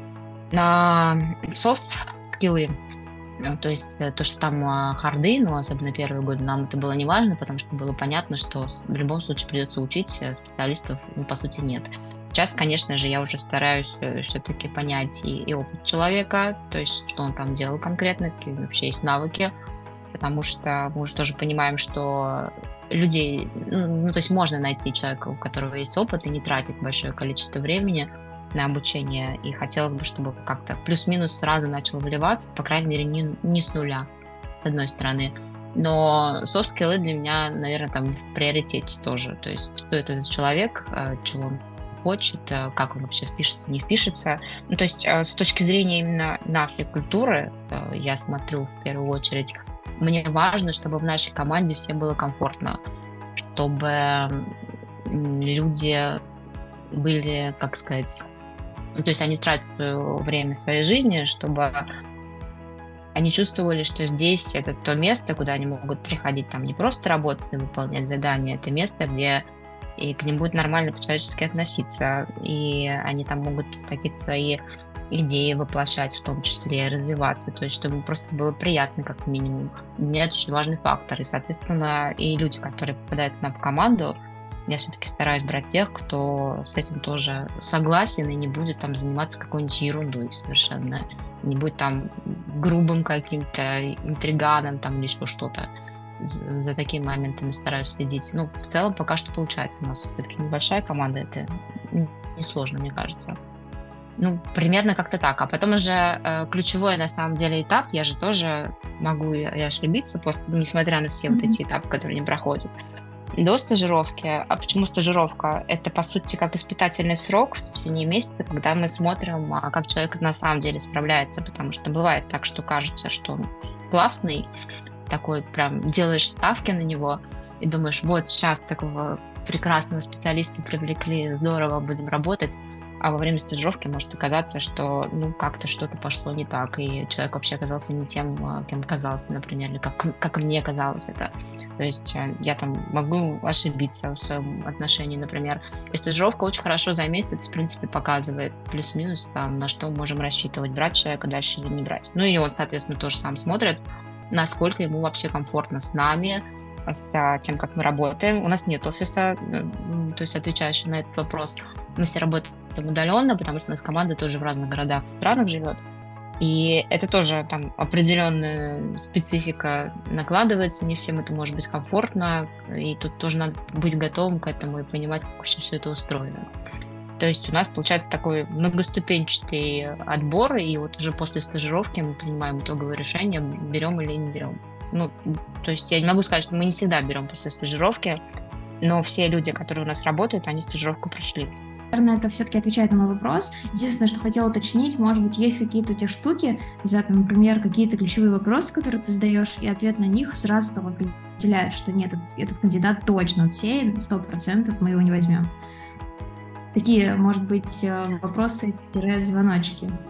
S2: на софт-скиллы. То есть то, что там харды, но особенно первые годы нам это было не важно, потому что было понятно, что в любом случае придется учить, специалистов, по сути, нет. Сейчас, конечно же, я уже стараюсь все-таки понять и опыт человека, то есть что он там делал конкретно, какие вообще есть навыки, потому что мы уже тоже понимаем, что людей, то есть можно найти человека, у которого есть опыт, и не тратить большое количество времени на обучение, и хотелось бы, чтобы как-то плюс-минус сразу начал выливаться, по крайней мере, не с нуля, с одной стороны. Но софт-скиллы для меня, наверное, там в приоритете тоже. То есть, что это за человек, чего он хочет, как он вообще впишется, не впишется. Ну, то есть, с точки зрения именно нашей культуры, я смотрю в первую очередь, мне важно, чтобы в нашей команде всем было комфортно, чтобы люди были, как сказать, то есть они тратят свое время своей жизни, чтобы они чувствовали, что здесь это то место, куда они могут приходить, там не просто работать и выполнять задания, это место, где и к ним будет нормально по-человечески относиться, и они там могут какие-то свои идеи воплощать, в том числе развиваться, то есть чтобы просто было приятно как минимум. Для меня это очень важный фактор, и, соответственно, и люди, которые попадают к нам в команду, я все-таки стараюсь брать тех, кто с этим тоже согласен и не будет там заниматься какой-нибудь ерундой совершенно, не будет там грубым каким-то интриганом там или еще что-то. За такими моментами стараюсь следить. Ну, в целом пока что получается. У нас все-таки небольшая команда, это несложно, мне кажется. Ну, примерно как-то так. А потом уже ключевой на самом деле этап, я же тоже могу и ошибиться, несмотря на все вот эти этапы, которые не проходят. До стажировки. А почему стажировка? Это, по сути, как испытательный срок в течение месяца, когда мы смотрим, как человек на самом деле справляется, потому что бывает так, что кажется, что он классный, такой прям делаешь ставки на него и думаешь, вот сейчас такого прекрасного специалиста привлекли, здорово, будем работать, а во время стажировки может оказаться, что как-то что-то пошло не так, и человек вообще оказался не тем, кем казался, например, или как мне казалось это. То есть я там могу ошибиться в своем отношении, например. И стажировка очень хорошо за месяц, в принципе, показывает плюс-минус, там, на что можем рассчитывать, брать человека дальше или не брать. Ну и он, соответственно, тоже сам смотрит, насколько ему вообще комфортно с нами, с тем, как мы работаем. У нас нет офиса, то есть отвечаешь на этот вопрос. Мы все работаем удаленно, потому что у нас команда тоже в разных городах и странах живет. И это тоже там определенная специфика накладывается, не всем это может быть комфортно, и тут тоже надо быть готовым к этому и понимать, как вообще все это устроено. То есть у нас получается такой многоступенчатый отбор, и вот уже после стажировки мы принимаем итоговое решение, берем или не берем. Ну, то есть я не могу сказать, что мы не всегда берем после стажировки, но все люди, которые у нас работают, они стажировку прошли.
S1: Наверное, это все-таки отвечает на мой вопрос. Единственное, что хотела уточнить, может быть, есть какие-то у тебя штуки, например, какие-то ключевые вопросы, которые ты задаешь, и ответ на них сразу там определяет, что нет, этот кандидат точно отсеян, 100% мы его не возьмем. Такие, может быть, вопросы-звоночки.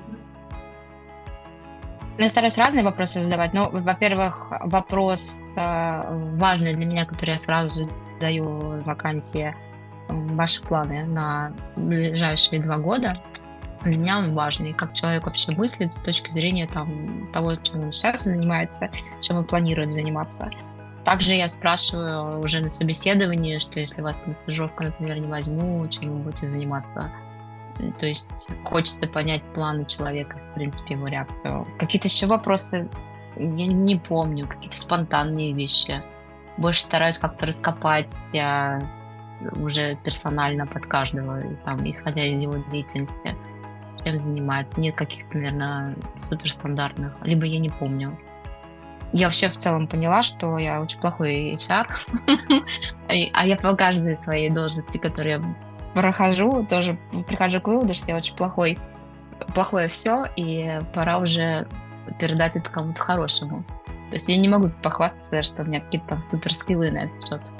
S2: Я стараюсь разные вопросы задавать. Ну, во-первых, вопрос важный для меня, который я сразу задаю в вакансии, ваши планы на ближайшие 2 года. Для меня он важный, как человек вообще мыслит с точки зрения того, чем он сейчас занимается, чем он планирует заниматься. Также я спрашиваю уже на собеседовании, что если вас на стажировку, например, не возьму, чем вы будете заниматься. То есть хочется понять планы человека, в принципе, его реакцию. Какие-то еще вопросы я не помню, какие-то спонтанные вещи. Больше стараюсь как-то раскопать уже персонально под каждого, там, исходя из его деятельности, чем занимается. Нет каких-то, наверное, суперстандартных, либо я не помню. Я вообще в целом поняла, что я очень плохой HR, а я по каждой своей должности, которую я прохожу, тоже прихожу к выводу, что я очень плохое все, и пора уже передать это кому-то хорошему. То есть я не могу похвастаться, что у меня какие-то там суперскиллы на этот счет.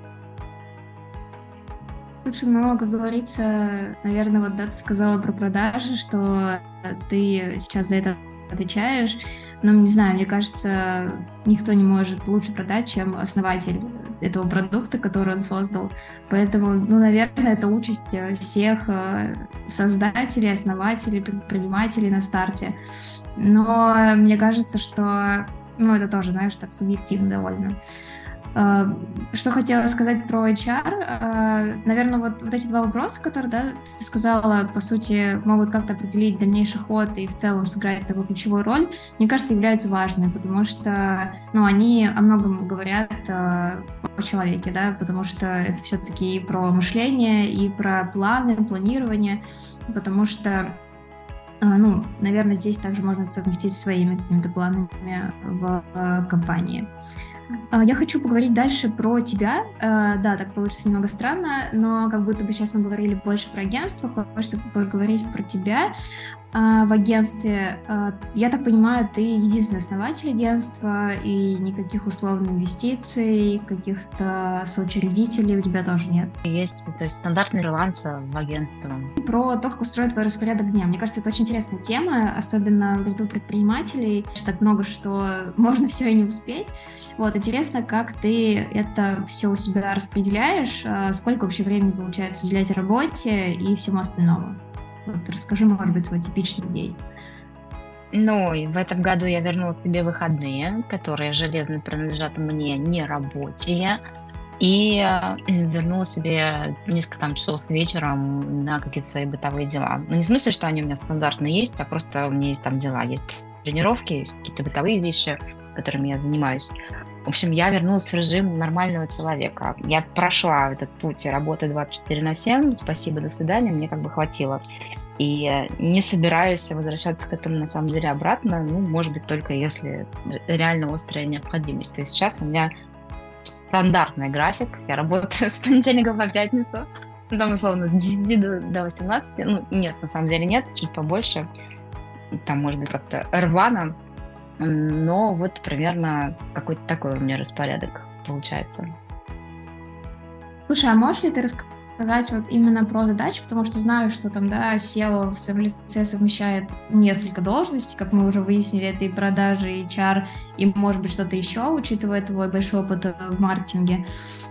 S1: Слушай, как говорится, наверное, вот ты сказала про продажи, что ты сейчас за это отвечаешь, но не знаю, мне кажется, никто не может лучше продать, чем основатель этого продукта, который он создал. Поэтому, наверное, это участь всех создателей, основателей, предпринимателей на старте. Но мне кажется, что, это тоже, знаешь, так субъективно довольно. Что хотела сказать про HR, наверное, вот эти два вопроса, которые, да, ты сказала, по сути, могут как-то определить дальнейший ход и в целом сыграть такую ключевую роль, мне кажется, являются важными, потому что, ну, они о многом говорят о человеке, да, потому что это все-таки и про мышление, и про планы, планирование, потому что ну, наверное, здесь также можно совместить со своими какими-то планами в компании. Я хочу поговорить дальше про тебя. Да, так получится немного странно, но как будто бы сейчас мы говорили больше про агентство, хочется поговорить про тебя в агентстве. Я так понимаю, ты единственный основатель агентства, и никаких условных инвестиций, каких-то соучредителей у тебя тоже нет.
S2: Есть, то есть стандартный фриланса в агентстве.
S1: Про то, как устроен твой распорядок дня. Мне кажется, это очень интересная тема, особенно в ряду предпринимателей. Так много, что можно все и не успеть. Вот, интересно, как ты это все у себя распределяешь, сколько вообще времени получается уделять работе и всему остальному. Вот, расскажи, может быть, свой типичный день.
S2: Ну, и в этом году я вернула себе выходные, которые железно принадлежат мне, не рабочие. И вернула себе несколько там часов вечером на какие-то свои бытовые дела. Ну, не в смысле, что они у меня стандартно есть, а просто у меня есть там дела. Есть тренировки, есть какие-то бытовые вещи, которыми я занимаюсь. В общем, я вернулась в режим нормального человека. Я прошла этот путь работы 24/7. Спасибо, до свидания, мне как бы хватило. И не собираюсь возвращаться к этому на самом деле обратно. Ну, может быть, только если реально острая необходимость. То есть сейчас у меня стандартный график. Я работаю с понедельника по пятницу. Ну, там, условно, с 10 до 18. Ну, нет, на самом деле нет, чуть побольше. Там, может быть, как-то рвано. Но вот примерно какой-то такой у меня распорядок получается.
S1: Слушай, а можешь ли ты рассказать вот именно про задачи, потому что знаю, что там, да, SEO в своем лице совмещает несколько должностей, как мы уже выяснили, это и продажи, и HR, и, может быть, что-то еще, учитывая твой большой опыт в маркетинге.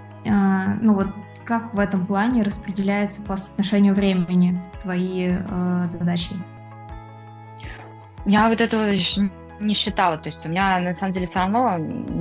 S1: Ну вот как в этом плане распределяется по соотношению времени твои задачи?
S2: Я вот этого еще не считала, то есть у меня на самом деле все равно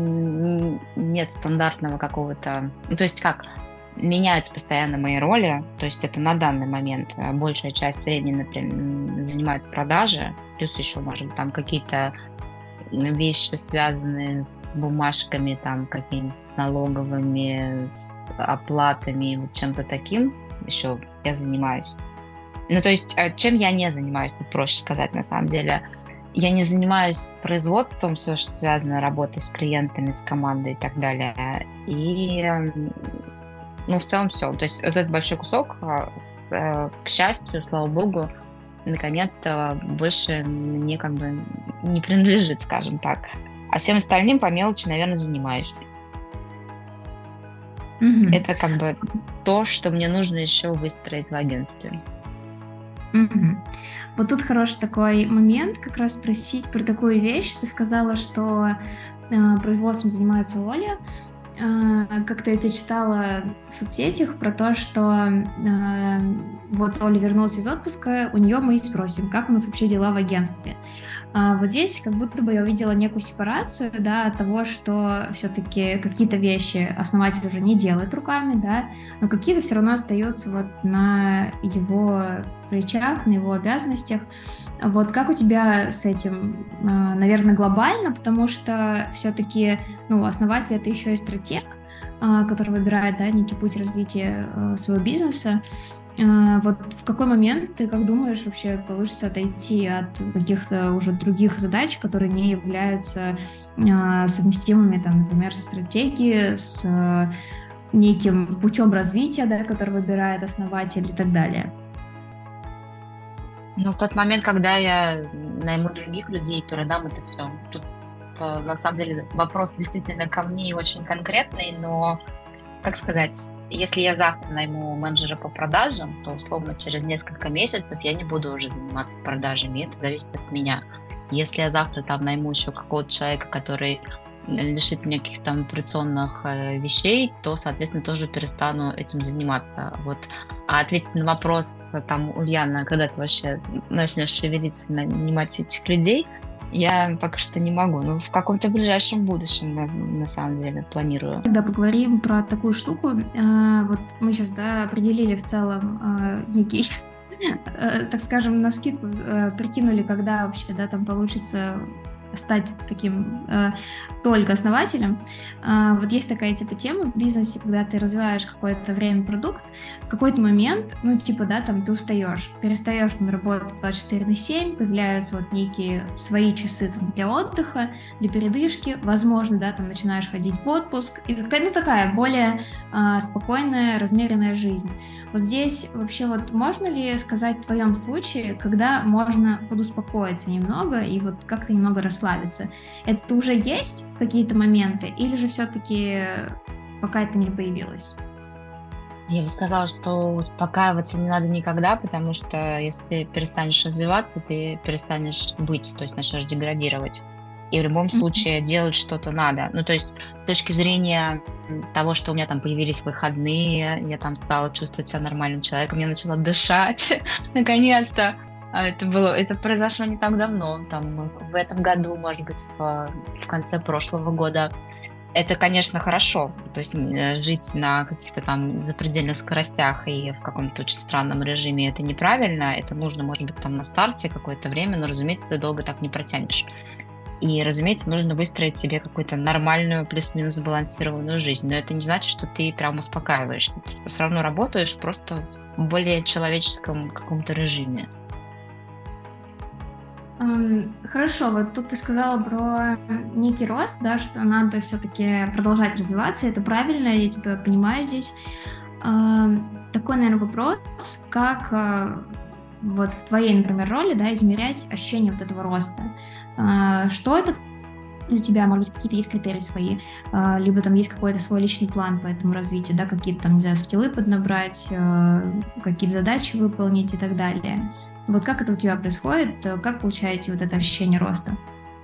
S2: нет стандартного какого-то, ну, то есть как меняются постоянно мои роли, то есть это на данный момент большая часть времени, например, занимает продажи, плюс еще, может быть, там какие-то вещи, связанные с бумажками, там, какими-то с налоговыми, с оплатами, вот чем-то таким еще я занимаюсь. Ну, то есть, чем я не занимаюсь, тут проще сказать, на самом деле. Я не занимаюсь производством, все, что связано с работой с клиентами, с командой и так далее. И, ну, в целом все. То есть, вот этот большой кусок, к счастью, слава богу, наконец-то больше мне как бы не принадлежит, скажем так. А всем остальным по мелочи, наверное, занимаюсь.
S1: Mm-hmm.
S2: Это как бы то, что мне нужно еще выстроить в агентстве.
S1: Mm-hmm. Вот тут хороший такой момент, как раз спросить про такую вещь. Ты сказала, что производством занимается Оля. Как-то я тебя читала в соцсетях про то, что вот Оля вернулась из отпуска, у нее мы и спросим, как у нас вообще дела в агентстве. Вот здесь как будто бы я увидела некую сепарацию, да, от того, что все-таки какие-то вещи основатель уже не делает руками, да, но какие-то все равно остаются вот на его плечах, на его обязанностях. Вот как у тебя с этим, наверное, глобально, потому что все-таки, ну, основатель — это еще и стратег, который выбирает, да, некий путь развития своего бизнеса. Вот в какой момент ты, как думаешь, вообще получится отойти от каких-то уже других задач, которые не являются совместимыми, там, например, со стратегией, с неким путем развития, да, который выбирает основатель и так далее?
S2: Ну, в тот момент, когда я найму других людей и передам это все. Тут, на самом деле, вопрос действительно ко мне и очень конкретный, но, как сказать, если я завтра найму менеджера по продажам, то, условно, через несколько месяцев я не буду уже заниматься продажами, это зависит от меня. Если я завтра там найму еще какого-то человека, который лишит меня каких-то там операционных вещей, то, соответственно, тоже перестану этим заниматься. Вот. А ответить на вопрос, там, Ульяна, когда ты вообще начнешь шевелиться, нанимать этих людей, Я пока что не могу, но в каком-то ближайшем будущем, на самом деле, планирую.
S1: Когда поговорим про такую штуку, вот мы сейчас, да, определили в целом некий, так скажем, навскидку прикинули, когда вообще, да, там получится стать таким только основателем. Вот есть такая типа тема в бизнесе, когда ты развиваешь какое-то время продукт, в какой-то момент, ну типа, да, там ты устаешь, перестаешь там работать 24/7, появляются вот некие свои часы там, для отдыха, для передышки, возможно, да, там начинаешь ходить в отпуск, и какая-то, ну, такая более спокойная, размеренная жизнь. Вот здесь вообще вот можно ли сказать в твоем случае, когда можно подуспокоиться немного и вот как-то немного расслабиться? Это уже есть какие-то моменты или же все-таки пока это не появилось?
S2: Я бы сказала, что успокаиваться не надо никогда, потому что если ты перестанешь развиваться, ты перестанешь быть, то есть начнешь деградировать. И в любом
S1: Мгм.
S2: случае делать что-то надо. Ну, то есть с точки зрения того, что у меня там появились выходные, я там стала чувствовать себя нормальным человеком, я начала дышать, наконец-то. Это произошло не так давно, там в этом году, может быть, в конце прошлого года. Это, конечно, хорошо. То есть жить на каких-то там запредельных скоростях и в каком-то очень странном режиме это неправильно. Это нужно, может быть, там на старте какое-то время, но, разумеется, ты долго так не протянешь. И, разумеется, нужно выстроить себе какую-то нормальную, плюс-минус сбалансированную жизнь. Но это не значит, что ты прям успокаиваешь. Ты все равно работаешь просто в более человеческом каком-то режиме.
S1: Хорошо, вот тут ты сказала про некий рост, да, что надо все-таки продолжать развиваться, это правильно, я тебя понимаю здесь. Такой, наверное, вопрос, как вот в твоей, например, роли, да, измерять ощущение вот этого роста. Что это для тебя, может быть, какие-то есть критерии свои, либо там есть какой-то свой личный план по этому развитию, да, какие-то там, не знаю, скиллы поднабрать, какие-то задачи выполнить и так далее. Вот как это у тебя происходит, как получаете вот это ощущение роста?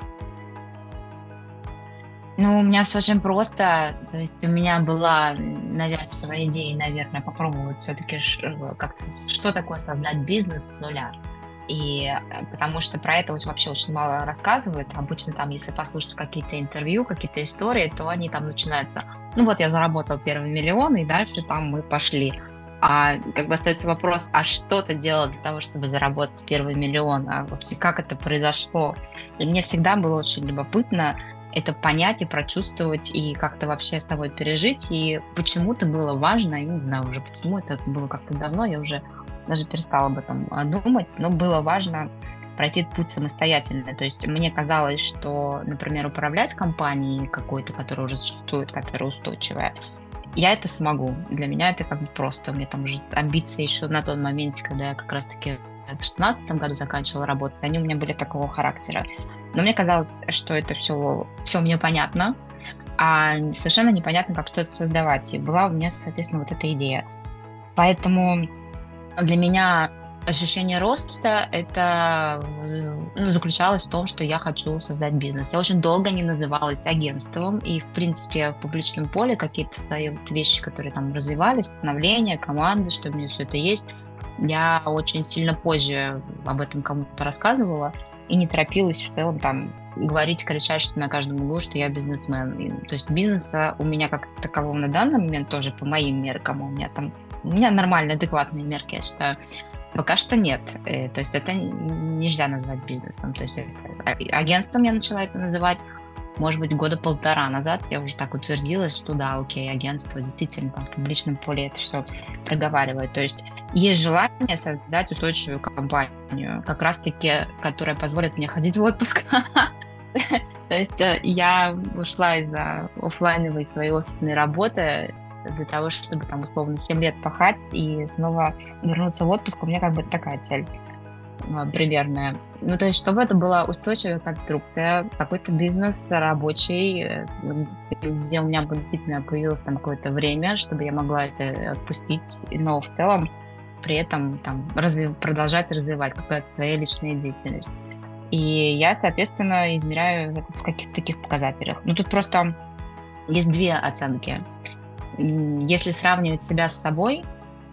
S2: Ну, у меня все очень просто. То есть у меня была навязчивая идея, наверное, попробовать все-таки как-то что такое создать бизнес с нуля. Потому что про это вообще очень мало рассказывают. Обычно там, если послушать какие-то интервью, какие-то истории, то они там начинаются. Ну вот я заработал первый миллион, и дальше там мы пошли. А как бы остается вопрос, а что ты делал для того, чтобы заработать первый миллион? А вообще как это произошло? И мне всегда было очень любопытно это понять и прочувствовать, и как-то вообще с собой пережить. И почему-то было важно, я не знаю уже, почему это было как-то давно, я уже даже перестала об этом думать, но было важно пройти этот путь самостоятельно. То есть мне казалось, что, например, управлять компанией какой-то, которая уже существует, которая устойчивая, я это смогу. Для меня это как бы просто. У меня там уже амбиции еще на тот момент, когда я как раз-таки в 2016 году заканчивала работать, они у меня были такого характера. Но мне казалось, что это все мне понятно, а совершенно непонятно, как что-то создавать. И была у меня, соответственно, вот эта идея. Поэтому для меня ощущение роста это заключалось в том, что я хочу создать бизнес. Я очень долго не называлась агентством, и, в принципе, в публичном поле какие-то свои вот вещи, которые там развивались, становление, команды, что у меня все это есть, я очень сильно позже об этом кому-то рассказывала и не торопилась в целом там говорить, кричать на каждом углу, что я бизнесмен. То есть бизнеса у меня как такового на данный момент тоже по моим меркам, у меня нормальные, адекватные мерки, я считаю. Пока что нет. То есть это нельзя назвать бизнесом. То есть агентством я начала это называть, может быть, года полтора назад. Я уже так утвердилась, что да, окей, агентство действительно там в публичном поле это все проговаривает. То есть есть желание создать устойчивую компанию, как раз-таки, которая позволит мне ходить в отпуск. То есть я ушла из офлайновой своей офисной работы для того, чтобы там условно 7 лет пахать и снова вернуться в отпуск. У меня как бы такая цель примерная. Ну, то есть, чтобы это была устойчивая конструкция, какой-то бизнес рабочий, где у меня бы действительно появилось там какое-то время, чтобы я могла это отпустить, но в целом при этом там продолжать развивать какую-то свою личную деятельность. И я, соответственно, измеряю это в каких-то таких показателях. Ну, тут просто есть две оценки. Если сравнивать себя с собой,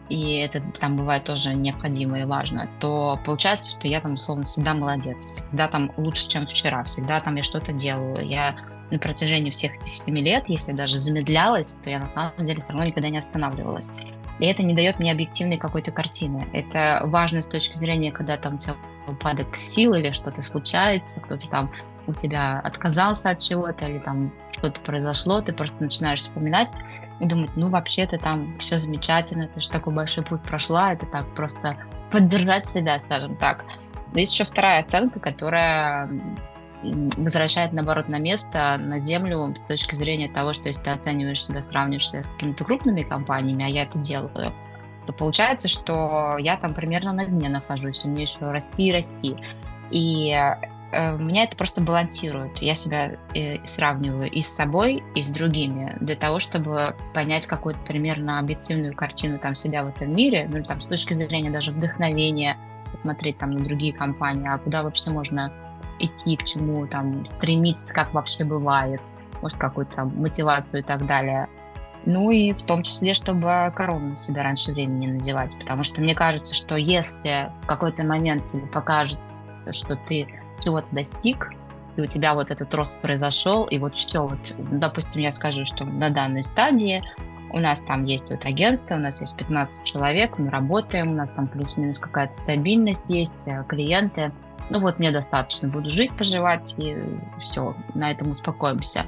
S2: и это там бывает тоже необходимо и важно, то получается, что я там условно всегда молодец, всегда там лучше, чем вчера, всегда там я что-то делаю. Я на протяжении всех этих 7 лет, если даже замедлялась, то я на самом деле все равно никогда не останавливалась. И это не дает мне объективной какой-то картины. Это важно с точки зрения, когда там у тебя упадок сил или что-то случается, кто-то там у тебя отказался от чего-то или там что-то произошло, ты просто начинаешь вспоминать и думать, ну вообще-то там все замечательно, ты же такой большой путь прошла, это так просто поддержать себя, скажем так. Но есть еще вторая оценка, которая возвращает, наоборот, на место, на землю с точки зрения того, что если ты оцениваешь себя, сравниваешь себя с какими-то крупными компаниями, а я это делаю, то получается, что я там примерно на дне нахожусь, и мне еще расти и расти. И меня это просто балансирует. Я себя сравниваю и с собой, и с другими, для того, чтобы понять какую-то примерно объективную картину там себя в этом мире, ну, там, с точки зрения даже вдохновения, смотреть там на другие компании, а куда вообще можно идти, к чему там стремиться, как вообще бывает, может, какую-то там мотивацию и так далее. Ну и в том числе, чтобы корону на себя раньше времени надевать, потому что мне кажется, что если в какой-то момент тебе покажется, что ты чего-то достиг, и у тебя вот этот рост произошел, и вот все, вот, допустим, я скажу, что на данной стадии у нас там есть вот агентство, у нас есть 15 человек, мы работаем, у нас там плюс-минус какая-то стабильность есть, клиенты. Ну вот мне достаточно, буду жить, поживать, и все, на этом успокоимся.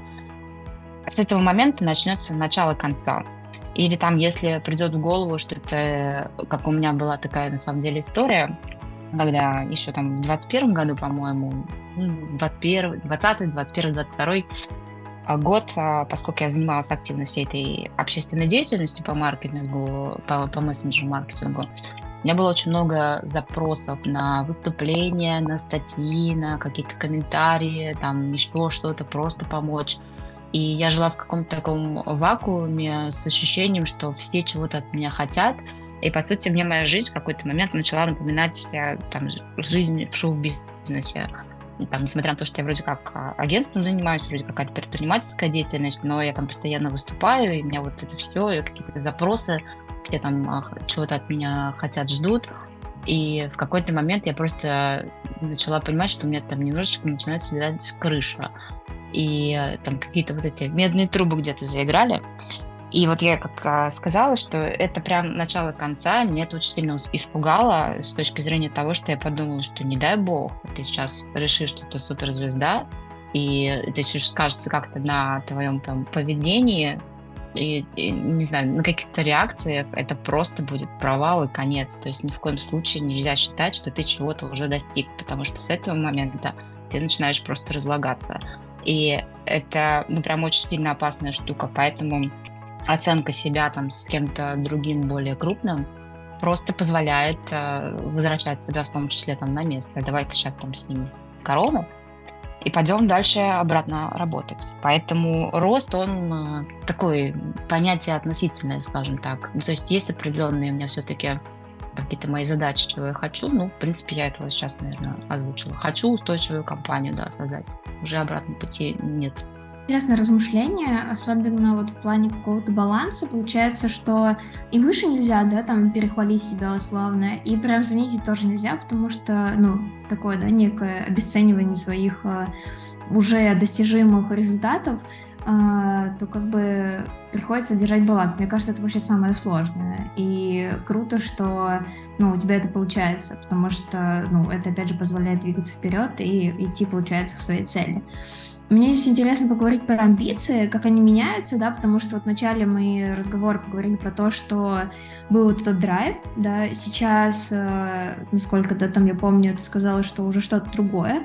S2: С этого момента начнется начало конца. Или там, если придет в голову, что это, как у меня была такая, на самом деле, история, когда еще там в 21 году, по-моему, 20, 21, 22 год, поскольку я занималась активно всей этой общественной деятельностью по маркетингу, по мессенджер-маркетингу, у меня было очень много запросов на выступления, на статьи, на какие-то комментарии, там еще что-то, просто помочь. И я жила в каком-то таком вакууме с ощущением, что все чего-то от меня хотят. И, по сути, мне моя жизнь в какой-то момент начала напоминать там, жизнь в шоу-бизнесе. Там, несмотря на то, что я вроде как агентством занимаюсь, вроде какая-то предпринимательская деятельность, но я там постоянно выступаю, и у меня вот это все, и какие-то запросы, все там чего-то от меня хотят, ждут. И в какой-то момент я просто начала понимать, что у меня там немножечко начинает съедать крыша. И там какие-то вот эти медные трубы где-то заиграли. И вот я как сказала, что это прям начало конца, меня это очень сильно испугало с точки зрения того, что я подумала, что не дай бог, ты сейчас решишь, что ты суперзвезда, и это еще скажется как-то на твоем там поведении, и, не знаю, на каких-то реакциях, это просто будет провал и конец. То есть ни в коем случае нельзя считать, что ты чего-то уже достиг, потому что с этого момента ты начинаешь просто разлагаться. И это, ну, прям очень сильно опасная штука, поэтому оценка себя там с кем-то другим, более крупным, просто позволяет возвращать себя в том числе там на место. Давай-ка сейчас там снимем корону и пойдем дальше обратно работать. Поэтому рост, он такое понятие относительное, скажем так. Ну, то есть есть определенные у меня все-таки какие-то мои задачи, чего я хочу. Ну, в принципе, я этого сейчас, наверное, озвучила. Хочу устойчивую компанию, да, создать. Уже обратного пути нет.
S1: Интересное размышление, особенно вот в плане какого-то баланса. Получается, что и выше нельзя, да, там перехвалить себя условно, и прям занизить тоже нельзя, потому что, ну, такое, да, некое обесценивание своих уже достижимых результатов, то как бы приходится держать баланс. Мне кажется, это вообще самое сложное. И круто, что, ну, у тебя это получается, потому что, ну, это, опять же, позволяет двигаться вперед и идти, получается, к своей цели. Мне здесь интересно поговорить про амбиции, как они меняются, да, потому что вот в начале мы разговора поговорили про то, что был вот этот драйв, да, сейчас, насколько-то там я помню, ты сказала, что уже что-то другое.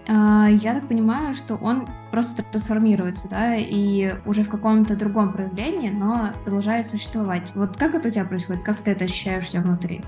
S1: Я так понимаю, что он просто трансформируется, да, и уже в каком-то другом проявлении, но продолжает существовать. Вот как это у тебя происходит, как ты это ощущаешь все внутри?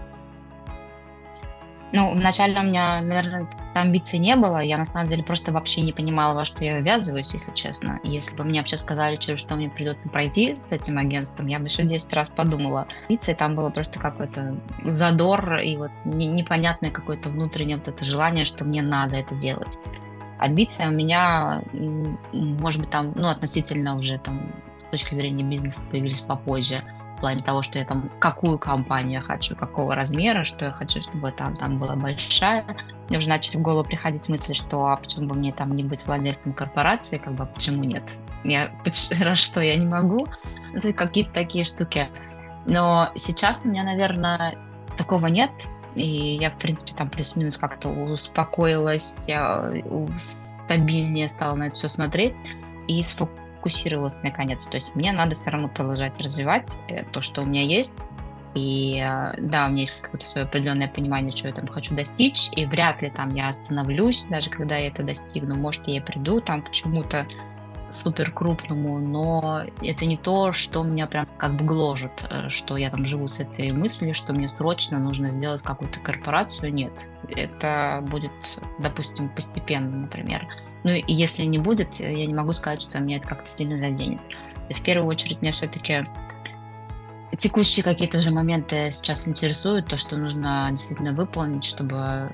S2: Ну, вначале у меня, наверное, амбиций не было. Я, на самом деле, просто вообще не понимала, во что я ввязываюсь, если честно. И если бы мне вообще сказали, через что мне придется пройти с этим агентством, я бы еще 10 раз подумала. Амбиции там было просто какой-то задор и вот непонятное какое-то внутреннее вот это желание, что мне надо это делать. Амбиции у меня, может быть, там, ну, относительно уже там с точки зрения бизнеса появились попозже. плане того, что я там, какую компанию я хочу, какого размера, что я хочу, чтобы там была большая. Мне уже начали в голову приходить мысли, что а почему бы мне там не быть владельцем корпорации, как бы почему нет? Раз что я не могу, это какие-то такие штуки. Но сейчас у меня, наверное, такого нет, и я, в принципе, там плюс-минус как-то успокоилась, я стабильнее стала на это все смотреть и сфокусировалась наконец. То есть мне надо все равно продолжать развивать то, что у меня есть. И да, у меня есть какое-то свое определенное понимание, что я там хочу достичь, и вряд ли там я остановлюсь, даже когда я это достигну. Может, я и приду там к чему-то супер крупному, но это не то, что меня прям как бы гложет, что я там живу с этой мыслью, что мне срочно нужно сделать какую-то корпорацию. Нет, это будет, допустим, постепенно, например. Ну и если не будет, я не могу сказать, что меня это как-то сильно заденет. И в первую очередь меня все-таки текущие какие-то уже моменты сейчас интересуют, то, что нужно действительно выполнить, чтобы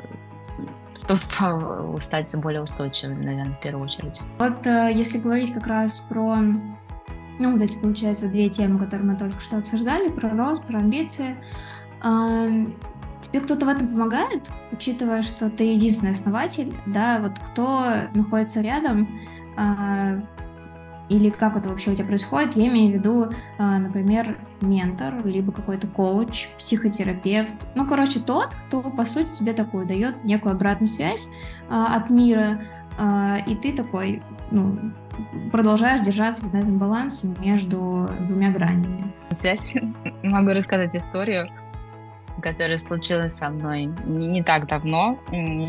S2: стать более устойчивым, наверное, в первую очередь.
S1: Вот если говорить как раз про, ну, вот эти, получается, две темы, которые мы только что обсуждали, про рост, про амбиции, тебе кто-то в этом помогает, учитывая, что ты единственный основатель, да, вот кто находится рядом, или как это вообще у тебя происходит? Я имею в виду, например, ментор, либо какой-то коуч, психотерапевт. Ну, короче, тот, кто, по сути, тебе такую дает некую обратную связь от мира, и ты такой, ну, продолжаешь держаться вот на этом балансе между двумя гранями.
S2: Связь. Могу рассказать историю, которая случилась со мной не так давно.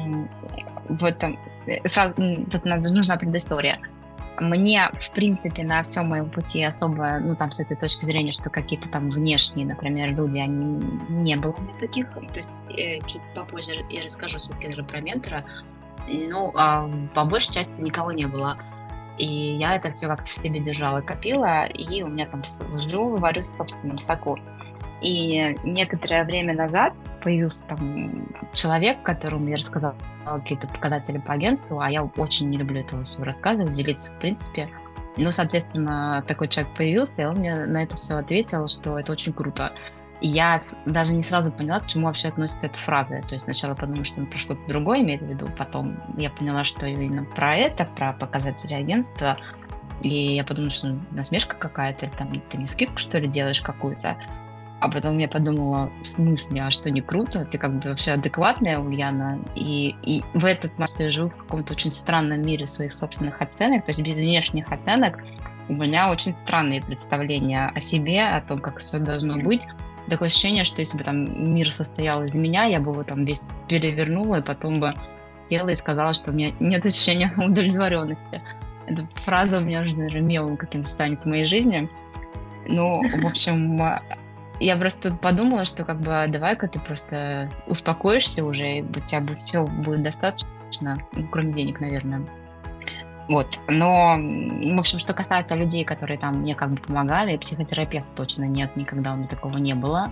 S2: В этом сразу тут нужна предыстория. Мне, в принципе, на всем моем пути особо, ну, там, с этой точки зрения, что какие-то там внешние, например, люди, они не было таких. То есть, чуть попозже я расскажу все-таки даже про ментора. Ну, по большей части никого не было. И я это все как-то в себе держала, копила, и у меня там живу, варю в собственном соку. И некоторое время назад появился там человек, которому я рассказала какие-то показатели по агентству, а я очень не люблю этого всего рассказывать, делиться в принципе. Ну, соответственно, такой человек появился, и он мне на это все ответил, что это очень круто. И я даже не сразу поняла, к чему вообще относится эта фраза. То есть сначала подумала, что он про что-то другое имеет в виду, потом я поняла, что именно про это, про показатели агентства. И я подумала, что насмешка какая-то, или там ты мне скидку, что ли, делаешь какую-то. А потом я подумала, в смысле, а что, не круто? Ты как бы вообще адекватная, Ульяна? И в этот момент я живу в каком-то очень странном мире своих собственных оценок, то есть без внешних оценок. У меня очень странные представления о себе, о том, как все должно быть. Такое ощущение, что если бы там мир состоял из меня, я бы его там весь перевернула, и потом бы села и сказала, что у меня нет ощущения удовлетворенности. Эта фраза у меня уже, наверное, мемом каким-то станет в моей жизни. Ну, в общем, я просто подумала, что как бы давай-ка ты просто успокоишься уже, и у тебя все будет достаточно, ну, кроме денег, наверное. Вот, но, в общем, что касается людей, которые там мне как бы помогали, психотерапевта точно нет, никогда у меня такого не было.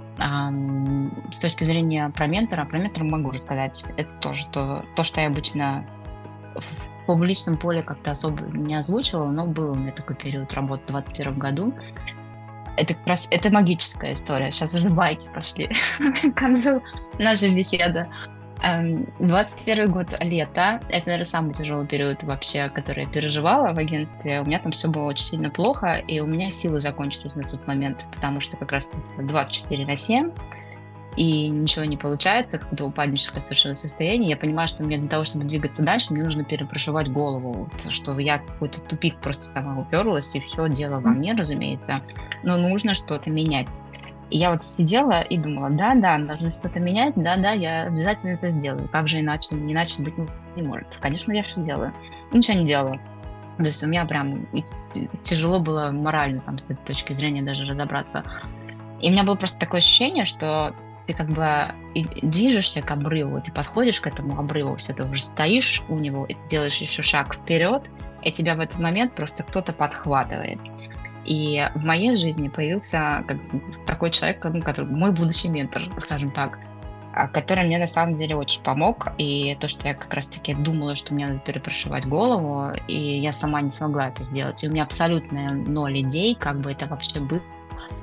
S2: С точки зрения про ментора могу рассказать. Это тоже то, что я обычно в публичном поле как-то особо не озвучивала, но был у меня такой период работы в 2021 году. Это как раз это магическая история. Сейчас уже байки пошли к концу нашей беседы. 21 год, лето. Это, наверное, самый тяжелый период вообще, который я переживала в агентстве. У меня там все было очень сильно плохо, и у меня силы закончились на тот момент, потому что как раз 24/7, и ничего не получается, какое-то упадническое совершенно состояние. Я понимаю, что мне для того, чтобы двигаться дальше, мне нужно перепрошивать голову, что я в какой-то тупик просто сама уперлась, и все дело во мне, разумеется, но нужно что-то менять. И я вот сидела и думала, да, нужно что-то менять, да, я обязательно это сделаю. Как же иначе быть не может. Конечно, я все делаю. Ничего не делаю. То есть у меня прям тяжело было морально там, с этой точки зрения даже разобраться. И у меня было просто такое ощущение, что ты как бы движешься к обрыву, ты подходишь к этому обрыву, все, ты уже стоишь у него, и ты делаешь еще шаг вперед, и тебя в этот момент просто кто-то подхватывает. И в моей жизни появился такой человек, который мой будущий ментор, скажем так, который мне на самом деле очень помог. И то, что я как раз-таки думала, что мне надо перепрошивать голову, и я сама не смогла это сделать. И у меня абсолютно 0 идей, как бы это вообще было.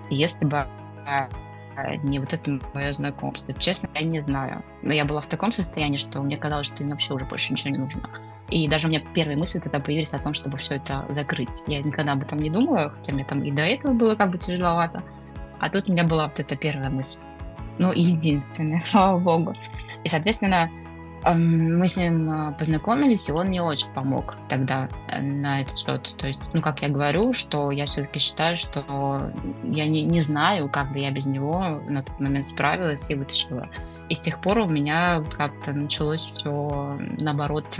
S2: если бы не вот это мое знакомство. Честно, я не знаю. Но я была в таком состоянии, что мне казалось, что мне вообще уже больше ничего не нужно. И даже у меня первые мысли тогда появились о том, чтобы все это закрыть. Я никогда об этом не думала, хотя мне там и до этого было как бы тяжеловато. А тут у меня была вот эта первая мысль. Ну, и единственная, слава богу. И, соответственно, мы с ним познакомились, и он мне очень помог тогда на этот счет. То есть, ну, как я говорю, что я все-таки считаю, что я не знаю, как бы я без него на тот момент справилась и вытащила. И с тех пор у меня как-то началось все наоборот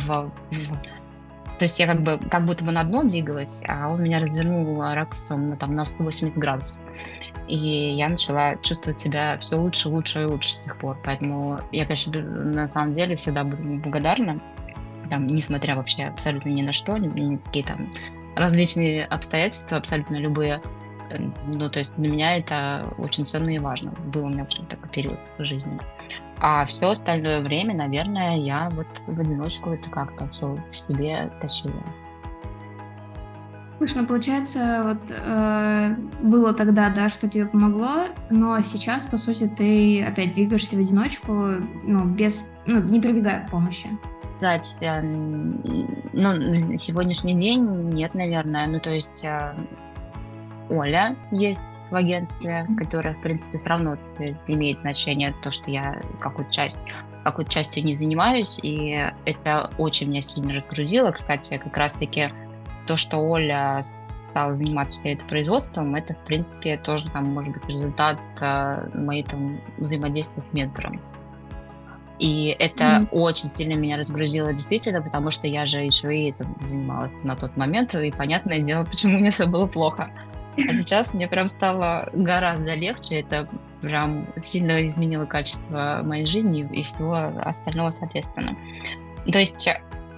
S2: то есть я как будто бы на дно двигалась, а он меня развернул ракурсом на 180 градусов. И я начала чувствовать себя все лучше, лучше и лучше с тех пор. Поэтому я, конечно, на самом деле всегда буду ему благодарна, несмотря вообще абсолютно ни на что, ни какие там различные обстоятельства, абсолютно любые. Ну, то есть для меня это очень ценно и важно. Был у меня очень такой период в жизни. А все остальное время, наверное, я вот в одиночку это как-то все в себе тащила.
S1: Слушай, ну получается, было тогда, да, что тебе помогло, но сейчас, по сути, ты опять двигаешься в одиночку, не прибегая к помощи.
S2: Сказать, на сегодняшний день нет, наверное. Ну, то есть Оля есть в агентстве, которая, в принципе, все равно имеет значение то, что я какую-то частью не занимаюсь, и это очень меня сильно разгрузило. Кстати, как раз-таки то, что Оля стала заниматься всем этим производством, это, в принципе, тоже может быть результат моего взаимодействия с ментором. И это очень сильно меня разгрузило действительно, потому что я же еще и этим занималась на тот момент, и понятное дело, почему мне все было плохо. А сейчас мне прям стало гораздо легче, это прям сильно изменило качество моей жизни и всего остального соответственно. То есть,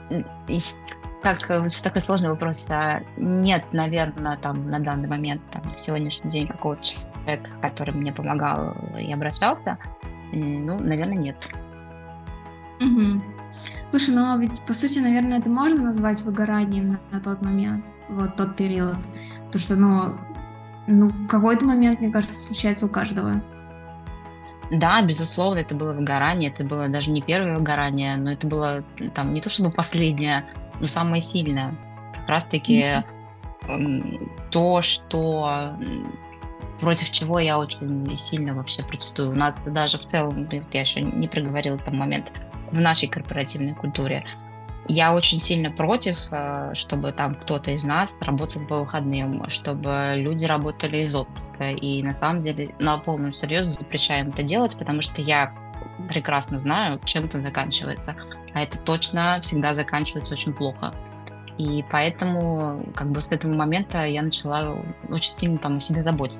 S2: такой сложный вопрос. Нет, наверное, на данный момент, на сегодняшний день какого-то человека, который мне помогал и обращался, наверное, нет.
S1: Угу. Слушай, но ведь, по сути, наверное, это можно назвать выгоранием на тот момент, вот тот период. Потому что, в какой-то момент, мне кажется, случается у каждого.
S2: Да, безусловно, это было выгорание, это было даже не первое выгорание, но это было не то чтобы последнее, но самое сильное. Как раз-таки то, что против чего я очень сильно вообще протестую. У нас даже в целом, я еще не проговорила момент, в нашей корпоративной культуре. Я очень сильно против, чтобы кто-то из нас работал по выходным, чтобы люди работали из отпуска. И на самом деле на полном серьезе запрещаем это делать, потому что я прекрасно знаю, чем это заканчивается. А это точно всегда заканчивается очень плохо. И поэтому с этого момента я начала очень сильно о себе заботиться.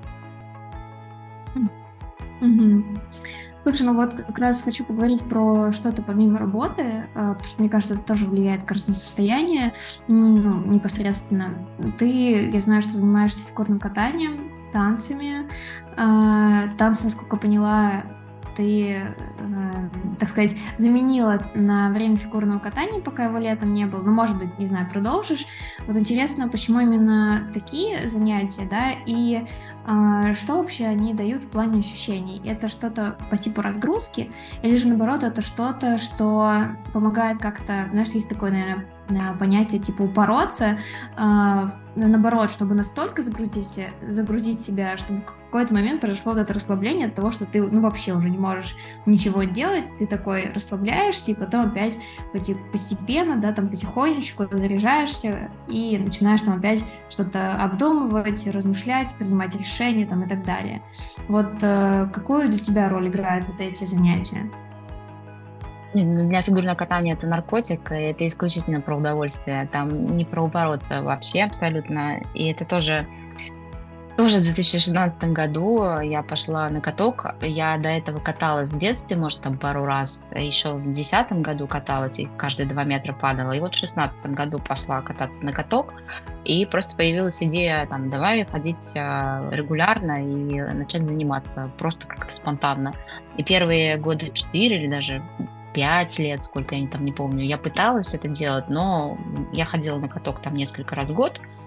S1: Слушай, как раз хочу поговорить про что-то помимо работы, потому что, мне кажется, это тоже влияет как раз на состояние непосредственно. Я знаю, что занимаешься фигурным катанием, танцами. Танцы, насколько поняла, ты, так сказать, заменила на время фигурного катания, пока его летом не было. Может быть, не знаю, продолжишь. Вот интересно, почему именно такие занятия, да, и что вообще они дают в плане ощущений? Это что-то по типу разгрузки, или же, наоборот, это что-то, что помогает как-то, знаешь, есть такое, наверное, понятие типа упороться, наоборот, чтобы настолько загрузить себя, чтобы в какой-то момент произошло вот это расслабление от того, что ты вообще уже не можешь ничего делать, ты такой расслабляешься, и потом опять постепенно, да, потихонечку заряжаешься и начинаешь опять что-то обдумывать, размышлять, принимать решения и так далее. Вот какую для тебя роль играют вот эти занятия?
S2: Для фигурного катания это наркотик, и это исключительно про удовольствие. Там не про упороться вообще абсолютно. И это тоже в 2016 году я пошла на каток. Я до этого каталась в детстве, может, пару раз. Еще в 2010 году каталась и каждые 2 метра падала. И вот в 2016 году пошла кататься на каток. И просто появилась идея, давай ходить регулярно и начать заниматься просто как-то спонтанно. И первые года 4 или даже 5 лет, сколько я не помню, я пыталась это делать, но я ходила на каток несколько раз в год,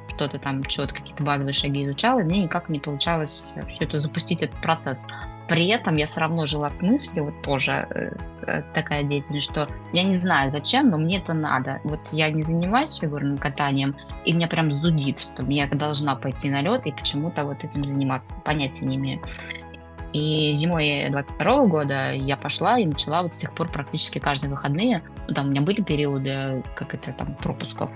S2: что-то там четко, какие-то базовые шаги изучала, и мне никак не получалось все это запустить, этот процесс. При этом я все равно жила с мыслью, вот тоже такая деятельность, что я не знаю зачем, но мне это надо. Вот я не занимаюсь фигурным катанием, и меня прям зудит, что я должна пойти на лед и почему-то вот этим заниматься, понятия не имею. И зимой 22 года я пошла и начала вот с тех пор практически каждые выходные. Ну, там у меня были периоды, как это там, пропусков,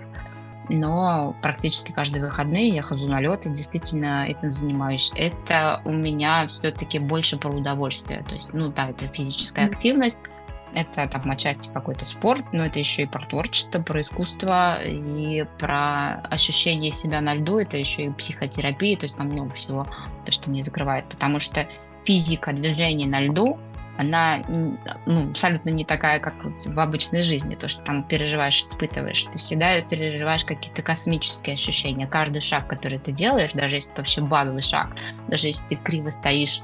S2: но практически каждые выходные я хожу на лед и действительно этим занимаюсь. Это у меня все-таки больше про удовольствие. То есть, ну да, это физическая активность, это там отчасти какой-то спорт, но это еще и про творчество, про искусство и про ощущение себя на льду. Это еще и психотерапия, то есть там много всего, то, что мне закрывает. Потому что физика движения на льду, она абсолютно не такая, как в обычной жизни. То, что там переживаешь, испытываешь. Ты всегда переживаешь какие-то космические ощущения. Каждый шаг, который ты делаешь, даже если это вообще базовый шаг, даже если ты криво стоишь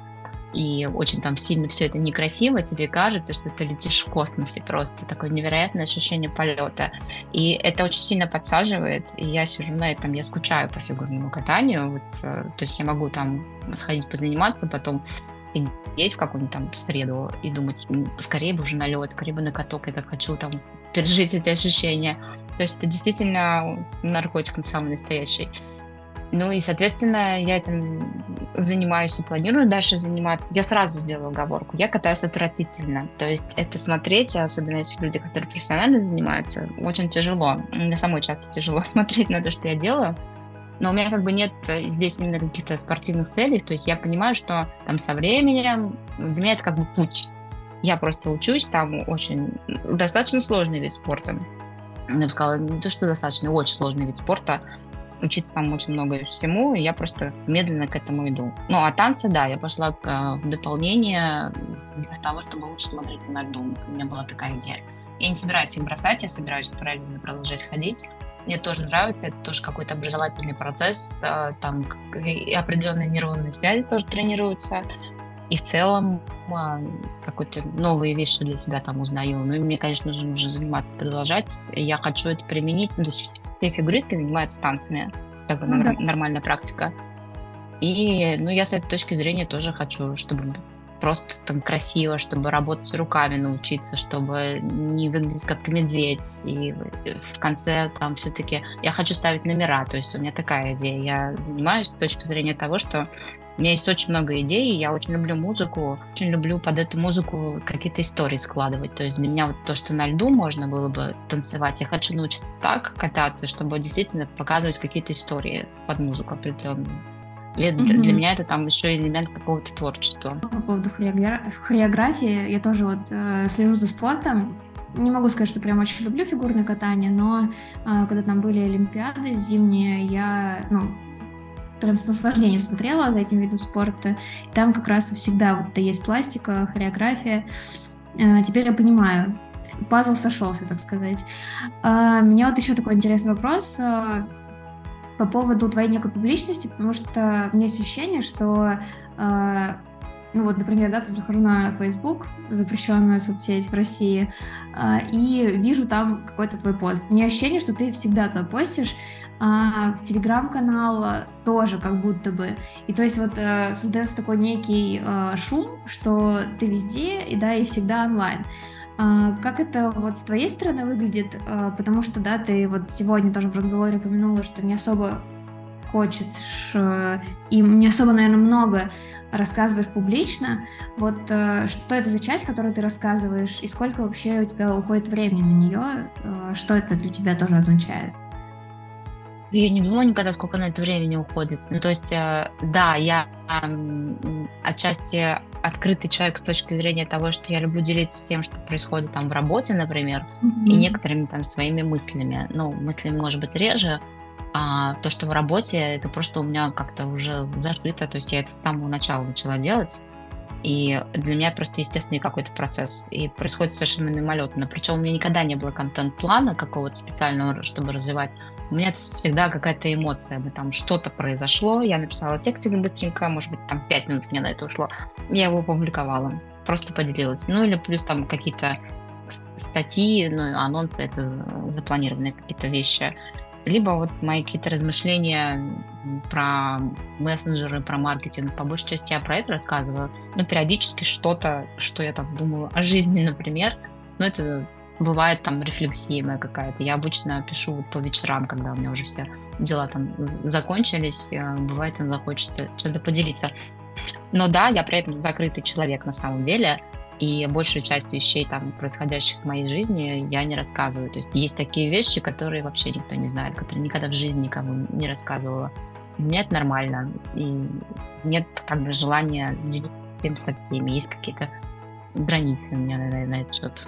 S2: и очень там сильно все это некрасиво, тебе кажется, что ты летишь в космосе просто. Такое невероятное ощущение полета. И это очень сильно подсаживает. И я сижу на этом, я скучаю по фигурному катанию. Вот, то есть я могу там сходить позаниматься, потом сидеть в какую-нибудь там среду и думать, скорее бы уже на лед, скорее бы на каток, я так хочу там пережить эти ощущения. То есть это действительно наркотик самый настоящий. Ну и, соответственно, я этим занимаюсь и планирую дальше заниматься. Я сразу сделаю оговорку. Я катаюсь отвратительно. То есть это смотреть, особенно если люди, которые профессионально занимаются, очень тяжело. Мне самой часто тяжело смотреть на то, что я делаю. Но у меня как бы нет здесь именно каких-то спортивных целей. То есть я понимаю, что там со временем для меня это как бы путь. Я просто учусь, там очень достаточно сложный вид спорта. Я бы сказала, не то, что достаточно, очень сложный вид спорта. Учиться там очень много всему, и я просто медленно к этому иду. Ну, а танцы, да, я пошла в дополнение для того, чтобы лучше смотреться на льду. У меня была такая идея. Я не собираюсь их бросать, я собираюсь параллельно продолжать ходить. Мне тоже нравится, это тоже какой-то образовательный процесс, там и определенные нейронные связи тоже тренируются. И в целом какие-то новые вещи для себя там узнаю. Ну и мне, конечно же, нужно заниматься, продолжать. Я хочу это применить. Ну, то есть все фигуристки занимаются танцами, как бы нормальная практика. И я с этой точки зрения тоже хочу, чтобы просто там красиво, чтобы работать руками научиться, чтобы не выглядеть как медведь. И в конце там все-таки я хочу ставить номера. То есть у меня такая идея. Я занимаюсь с точки зрения того, что у меня есть очень много идей, я очень люблю музыку, очень люблю под эту музыку какие-то истории складывать. То есть для меня вот то, что на льду можно было бы танцевать, я хочу научиться так кататься, чтобы действительно показывать какие-то истории под музыку определенную. Для меня это там еще элемент какого-то творчества.
S1: По поводу хореографии, я тоже вот слежу за спортом. Не могу сказать, что прям очень люблю фигурное катание, но когда там были олимпиады зимние, я, прям с наслаждением смотрела за этим видом спорта. И там как раз всегда вот есть пластика, хореография. Теперь я понимаю, пазл сошелся, так сказать. У меня вот еще такой интересный вопрос по поводу твоей некой публичности, потому что у меня есть ощущение, что, например, ты захожу на Facebook, запрещенную соцсеть в России, и вижу там какой-то твой пост. У меня ощущение, что ты всегда там постишь, в Телеграм-канал тоже как будто бы. И то есть вот создается такой некий шум, что ты везде и всегда онлайн. Как это вот с твоей стороны выглядит? Потому что, ты вот сегодня тоже в разговоре упомянула, что не особо хочешь и не особо, наверное, много рассказываешь публично. Вот что это за часть, которую ты рассказываешь, и сколько вообще у тебя уходит времени на нее? Что это для тебя тоже означает?
S2: Я не думала никогда, сколько на это времени уходит. Ну, то есть, да, я отчасти открытый человек с точки зрения того, что я люблю делиться тем, что происходит там в работе, например, и некоторыми там своими мыслями. Ну, мыслями, может быть, реже, а то, что в работе, это просто у меня как-то уже зашито, то есть я это с самого начала начала делать. И для меня просто естественный какой-то процесс. И происходит совершенно мимолетно. Причем у меня никогда не было контент-плана какого-то специального, чтобы развивать. У меня это всегда какая-то эмоция. Там что-то произошло, я написала текстик быстренько, может быть, там 5 минут мне на это ушло. Я его опубликовала, просто поделилась. Ну или плюс там какие-то статьи, анонсы, это запланированные какие-то вещи. либо вот мои какие-то размышления про мессенджеры, про маркетинг, по большей части я про это рассказываю, но периодически что-то, что я там думаю о жизни, например, но это бывает там рефлексия моя какая-то. Я обычно пишу вот по вечерам, когда у меня уже все дела там закончились, бывает, там захочется что-то поделиться. Но да, я при этом закрытый человек на самом деле, и большую часть вещей, там, происходящих в моей жизни, я не рассказываю. То есть есть такие вещи, которые вообще никто не знает, которые никогда в жизни никому не рассказывала. Для меня это нормально, и нет как бы желания делиться всем со всеми. Есть какие-то границы у меня на этот счет.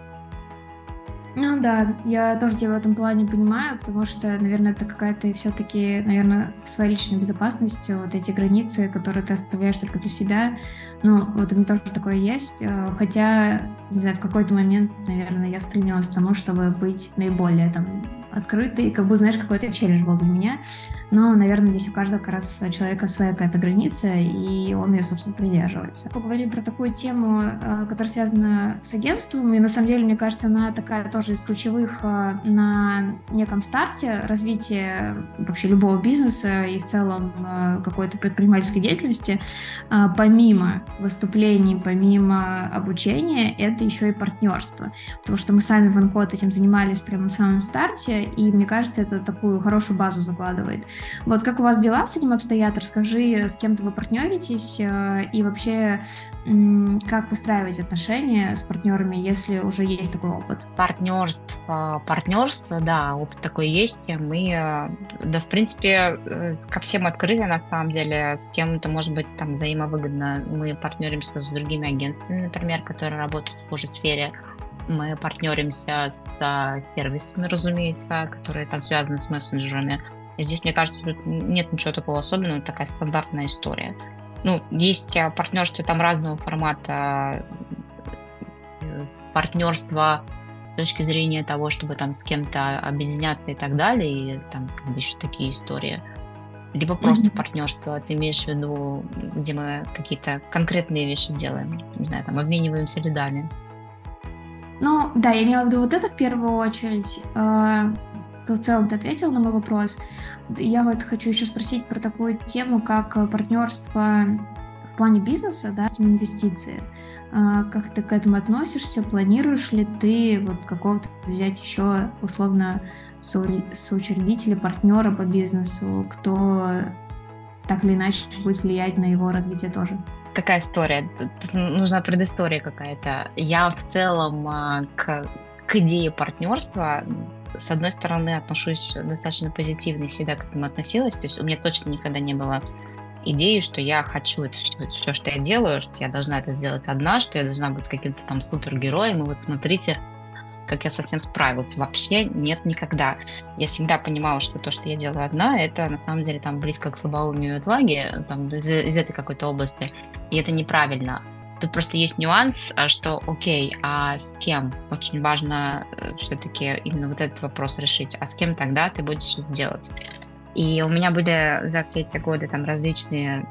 S1: Ну да, я тоже тебя в этом плане понимаю, потому что, наверное, это какая-то все-таки, наверное, своя личная безопасность, вот эти границы, которые ты оставляешь только для себя. Ну, вот у меня тоже такое есть, хотя, не знаю, в какой-то момент, наверное, я стремилась к тому, чтобы быть наиболее там открытой, как бы, знаешь, какой-то челлендж был для меня. Но, наверное, здесь у каждого как раз человека своя какая-то граница, и он ее, собственно, придерживается. Поговорили про такую тему, которая связана с агентством, и на самом деле, мне кажется, она такая тоже из ключевых на неком старте развития вообще любого бизнеса и в целом какой-то предпринимательской деятельности. Помимо выступлений, помимо обучения, это еще и партнерство. Потому что мы сами в InCode этим занимались прямо на самом старте, и мне кажется, это такую хорошую базу закладывает. Вот как у вас дела с этим обстоят? Расскажи, с кем-то вы партнеритесь и вообще как выстраивать отношения с партнерами, если уже есть такой опыт?
S2: Партнерство, да, опыт такой есть. Мы, да, в принципе, ко всем открыты, на самом деле. С кем-то, может быть, там взаимовыгодно. Мы партнеримся с другими агентствами, например, которые работают в той же сфере. Мы партнеримся с сервисами, разумеется, которые там связаны с мессенджерами. Здесь, мне кажется, тут нет ничего такого особенного, такая стандартная история. Ну, есть партнерство там разного формата, партнерство с точки зрения того, чтобы там с кем-то объединяться и так далее, и там как бы еще такие истории. Либо просто партнерство, ты имеешь в виду, где мы какие-то конкретные вещи делаем, не знаю, там обмениваемся лидами.
S1: Ну, да, я имела в виду вот это в первую очередь. То в целом ты ответил на мой вопрос. Я вот хочу еще спросить про такую тему, как партнерство в плане бизнеса, да, инвестиции. Как ты к этому относишься? Планируешь ли ты вот какого-то взять еще условно соучредителя, партнера по бизнесу, кто так или иначе будет влиять на его развитие тоже?
S2: Какая история? Тут нужна предыстория какая-то. Я в целом к идее партнерства, с одной стороны, отношусь достаточно позитивно и всегда к этому относилась. То есть у меня точно никогда не было идеи, что я хочу это все, что я делаю, что я должна это сделать одна, что я должна быть каким-то там супергероем. И вот смотрите, как я совсем справилась. Вообще нет, никогда. Я всегда понимала, что то, что я делаю одна, это на самом деле там близко к слабоумию и отваге, там, из этой какой-то области. И это неправильно. Тут просто есть нюанс, что окей, а с кем? Очень важно все-таки именно вот этот вопрос решить. А с кем тогда ты будешь это делать? И у меня были за все эти годы там различные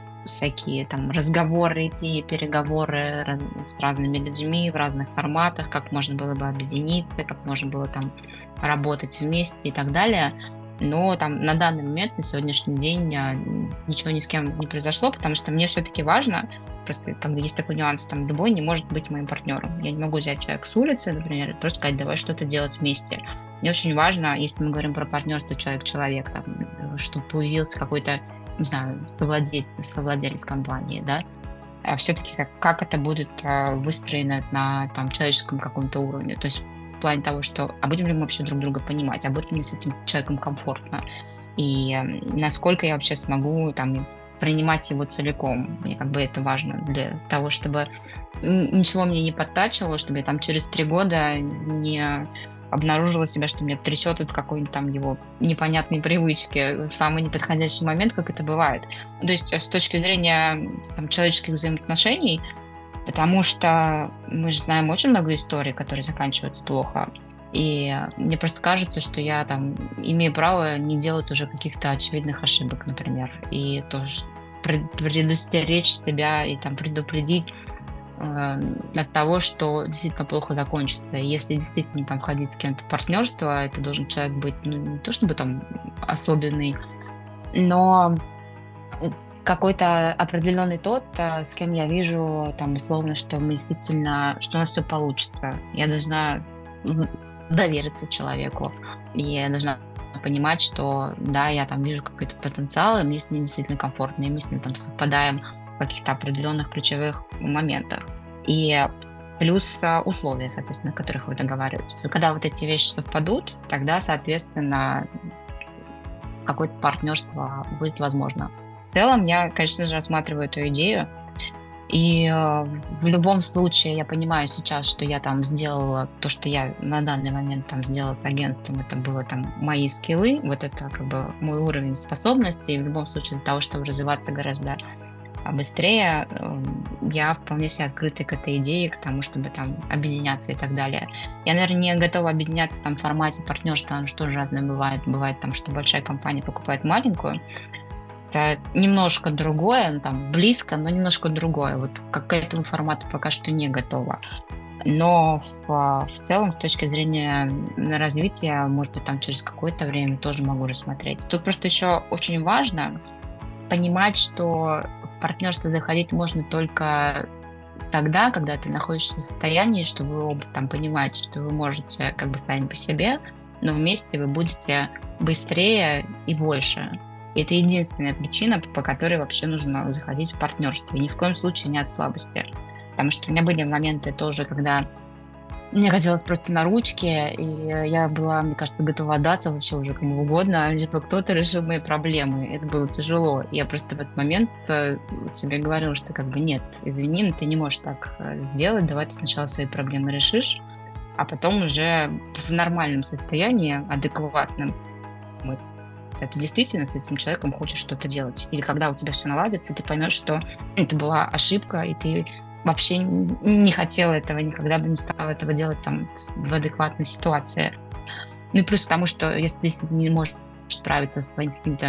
S2: всякие там разговоры, идеи, переговоры с разными людьми в разных форматах, как можно было бы объединиться, как можно было там работать вместе и так далее. Но там на данный момент, на сегодняшний день ничего ни с кем не произошло, потому что мне все-таки важно, просто как бы есть такой нюанс, там любой не может быть моим партнером. Я не могу взять человека с улицы, например, и просто сказать, давай что-то делать вместе. Мне очень важно, если мы говорим про партнерство человек-человек, там, чтобы появился какой-то, не знаю, совладелец компании, да, а все-таки как это будет выстроено на там человеческом каком-то уровне, то есть в плане того, что а будем ли мы вообще друг друга понимать, а будет ли мне с этим человеком комфортно, и насколько я вообще смогу там принимать его целиком. Мне как бы это важно для того, чтобы ничего мне не подтачивало, чтобы я там через 3 года не обнаружила себя, что меня трясет от какой-нибудь там его непонятной привычки в самый неподходящий момент, как это бывает. То есть с точки зрения там, человеческих взаимоотношений, потому что мы же знаем очень много историй, которые заканчиваются плохо. И мне просто кажется, что я там имею право не делать уже каких-то очевидных ошибок, например. И тоже предостеречь себя и там предупредить от того, что действительно плохо закончится. Если действительно там входить с кем-то в партнерство, это должен человек быть, не то чтобы там особенный, но какой-то определенный тот, с кем я вижу там условно, что мы действительно, что у нас все получится. Я должна довериться человеку, и я должна понимать, что да, я там вижу какой-то потенциал, и мне с ним действительно комфортно, и мы с ним там совпадаем в каких-то определенных ключевых моментах. И плюс условия, соответственно, о которых вы договариваетесь. И когда вот эти вещи совпадут, тогда, соответственно, какое-то партнерство будет возможно. В целом, я, конечно же, рассматриваю эту идею. И в любом случае я понимаю сейчас, что я там сделала то, что я на данный момент там сделала с агентством, это было там мои скиллы, вот это как бы мой уровень способностей. И в любом случае для того, чтобы развиваться гораздо быстрее, я вполне себе открыта к этой идее, к тому, чтобы там объединяться и так далее. Я, наверное, не готова объединяться там в формате партнерства, оно же тоже разное бывает. Бывает там, что большая компания покупает маленькую. Это немножко другое, ну, там близко, но немножко другое. Вот к этому формату пока что не готова. Но в целом, с точки зрения развития, может быть, там через какое-то время тоже могу рассмотреть. Тут просто еще очень важно понимать, что в партнерство заходить можно только тогда, когда ты находишься в состоянии, что вы оба там понимаете, что вы можете как бы сами по себе, но вместе вы будете быстрее и больше. И это единственная причина, по которой вообще нужно заходить в партнерство. И ни в коем случае не от слабости. Потому что у меня были моменты тоже, когда мне хотелось просто на ручке, и я была, мне кажется, готова отдаться вообще уже кому угодно. Типа кто-то решил мои проблемы. Это было тяжело. И я просто в этот момент себе говорила, что как бы нет, извини, но ты не можешь так сделать. Давай ты сначала свои проблемы решишь, а потом уже в нормальном состоянии, адекватном, ты действительно с этим человеком хочешь что-то делать. Или когда у тебя все наладится, ты поймешь, что это была ошибка, и ты вообще не хотела этого, никогда бы не стала этого делать там в адекватной ситуации. Ну и плюс к тому, что если ты не можешь справиться со своими какими-то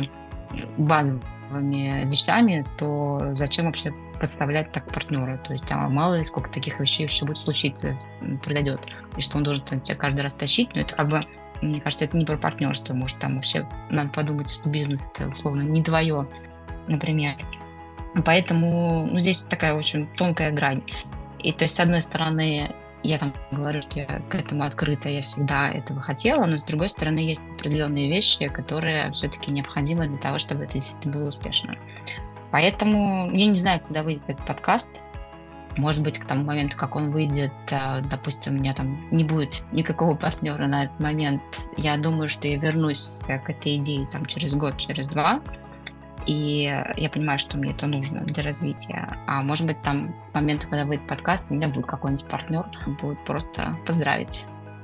S2: базовыми вещами, то зачем вообще подставлять так партнера? То есть мало ли сколько таких вещей еще будет случиться, произойдет, и что он должен тебя каждый раз тащить, но это как бы, мне кажется, это не про партнерство, может, там вообще надо подумать, что бизнес это условно не твое, например. Поэтому здесь такая очень тонкая грань. И то есть, с одной стороны, я там говорю, что я к этому открыта, я всегда этого хотела, но с другой стороны, есть определенные вещи, которые все-таки необходимы для того, чтобы это действительно было успешно. Поэтому я не знаю, когда выйдет этот подкаст. Может быть, к тому моменту, как он выйдет, допустим, у меня там не будет никакого партнера на этот момент. Я думаю, что я вернусь к этой идее там через год, через два. И я понимаю, что мне это нужно для развития. А может быть, там в момент, когда выйдет подкаст, у меня будет какой-нибудь партнер, будет просто поздравить.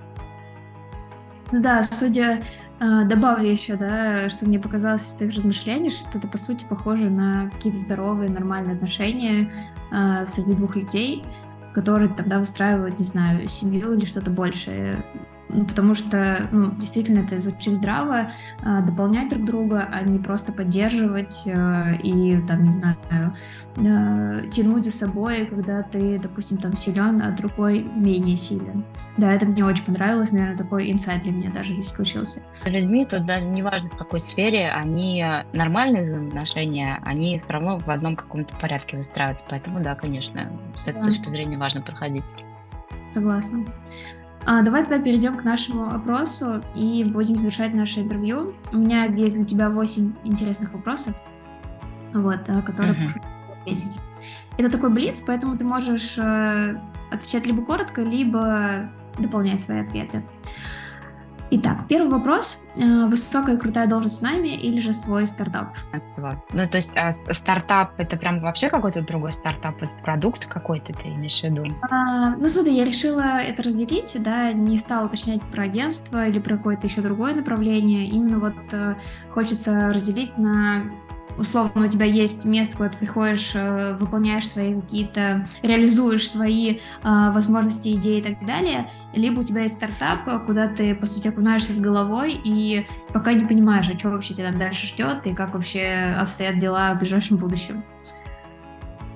S1: Да, добавлю еще, да, что мне показалось из твоих размышлений, что это, по сути, похоже на какие-то здоровые, нормальные отношения среди двух людей, которые тогда выстраивают, не знаю, семью или что-то большее. Ну, потому что, действительно, это звучит здраво, дополнять друг друга, а не просто поддерживать и, там, не знаю, тянуть за собой, когда ты, допустим, там силен, а другой менее силен. Да, это мне очень понравилось, наверное, такой инсайт для меня даже здесь случился.
S2: С людьми, тут даже неважно в какой сфере, они нормальные взаимоотношения, они все равно в одном каком-то порядке выстраиваются, поэтому, да, конечно, с этой точки зрения важно подходить.
S1: Согласна. Давай тогда перейдем к нашему опросу и будем завершать наше интервью. У меня есть для тебя 8 интересных вопросов, которые хочу ответить. Это такой блиц, поэтому ты можешь отвечать либо коротко, либо дополнять свои ответы. Итак, первый вопрос. Высокая и крутая должность в найме или же свой стартап?
S2: Ну, то есть стартап — это прям вообще какой-то другой стартап? Это продукт какой-то, ты имеешь в виду?
S1: Смотри, я решила это разделить, да, не стала уточнять про агентство или про какое-то еще другое направление. Именно хочется разделить на... Условно, у тебя есть место, куда ты приходишь, выполняешь свои какие-то, реализуешь свои возможности, идеи и так далее, либо у тебя есть стартап, куда ты, по сути, окунаешься с головой и пока не понимаешь, что вообще тебя там дальше ждет и как вообще обстоят дела в ближайшем будущем.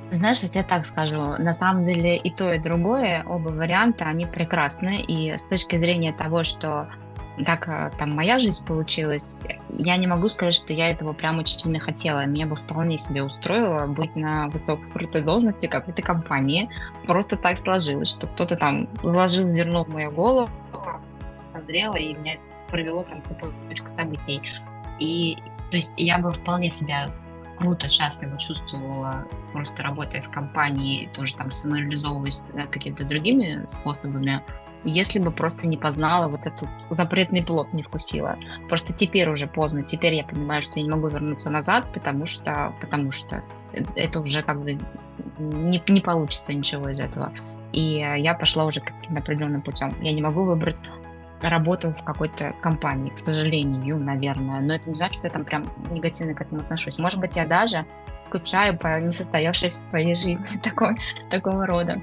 S2: Знаешь, я тебе так скажу, на самом деле и то, и другое, оба варианта, они прекрасны. И с точки зрения того, что как там моя жизнь получилась, я не могу сказать, что я этого прям очень сильно хотела. Меня бы вполне себе устроило быть на высокой крутой должности какой-то компании. Просто так сложилось, что кто-то там заложил зерно в мою голову, созрело, и меня провело там цепочку событий. И то есть я бы вполне себя круто, счастливо чувствовала, просто работая в компании, тоже там самореализовываясь какими-то другими способами, если бы просто не познала вот этот запретный плод, не вкусила. Просто теперь уже поздно, теперь я понимаю, что я не могу вернуться назад, потому что это уже как бы не получится ничего из этого. И я пошла уже каким-то определенным путем. Я не могу выбрать работу в какой-то компании, к сожалению, наверное. Но это не значит, что я там прям негативно к этому отношусь. Может быть, я даже скучаю по несостоявшейся своей жизни такого рода.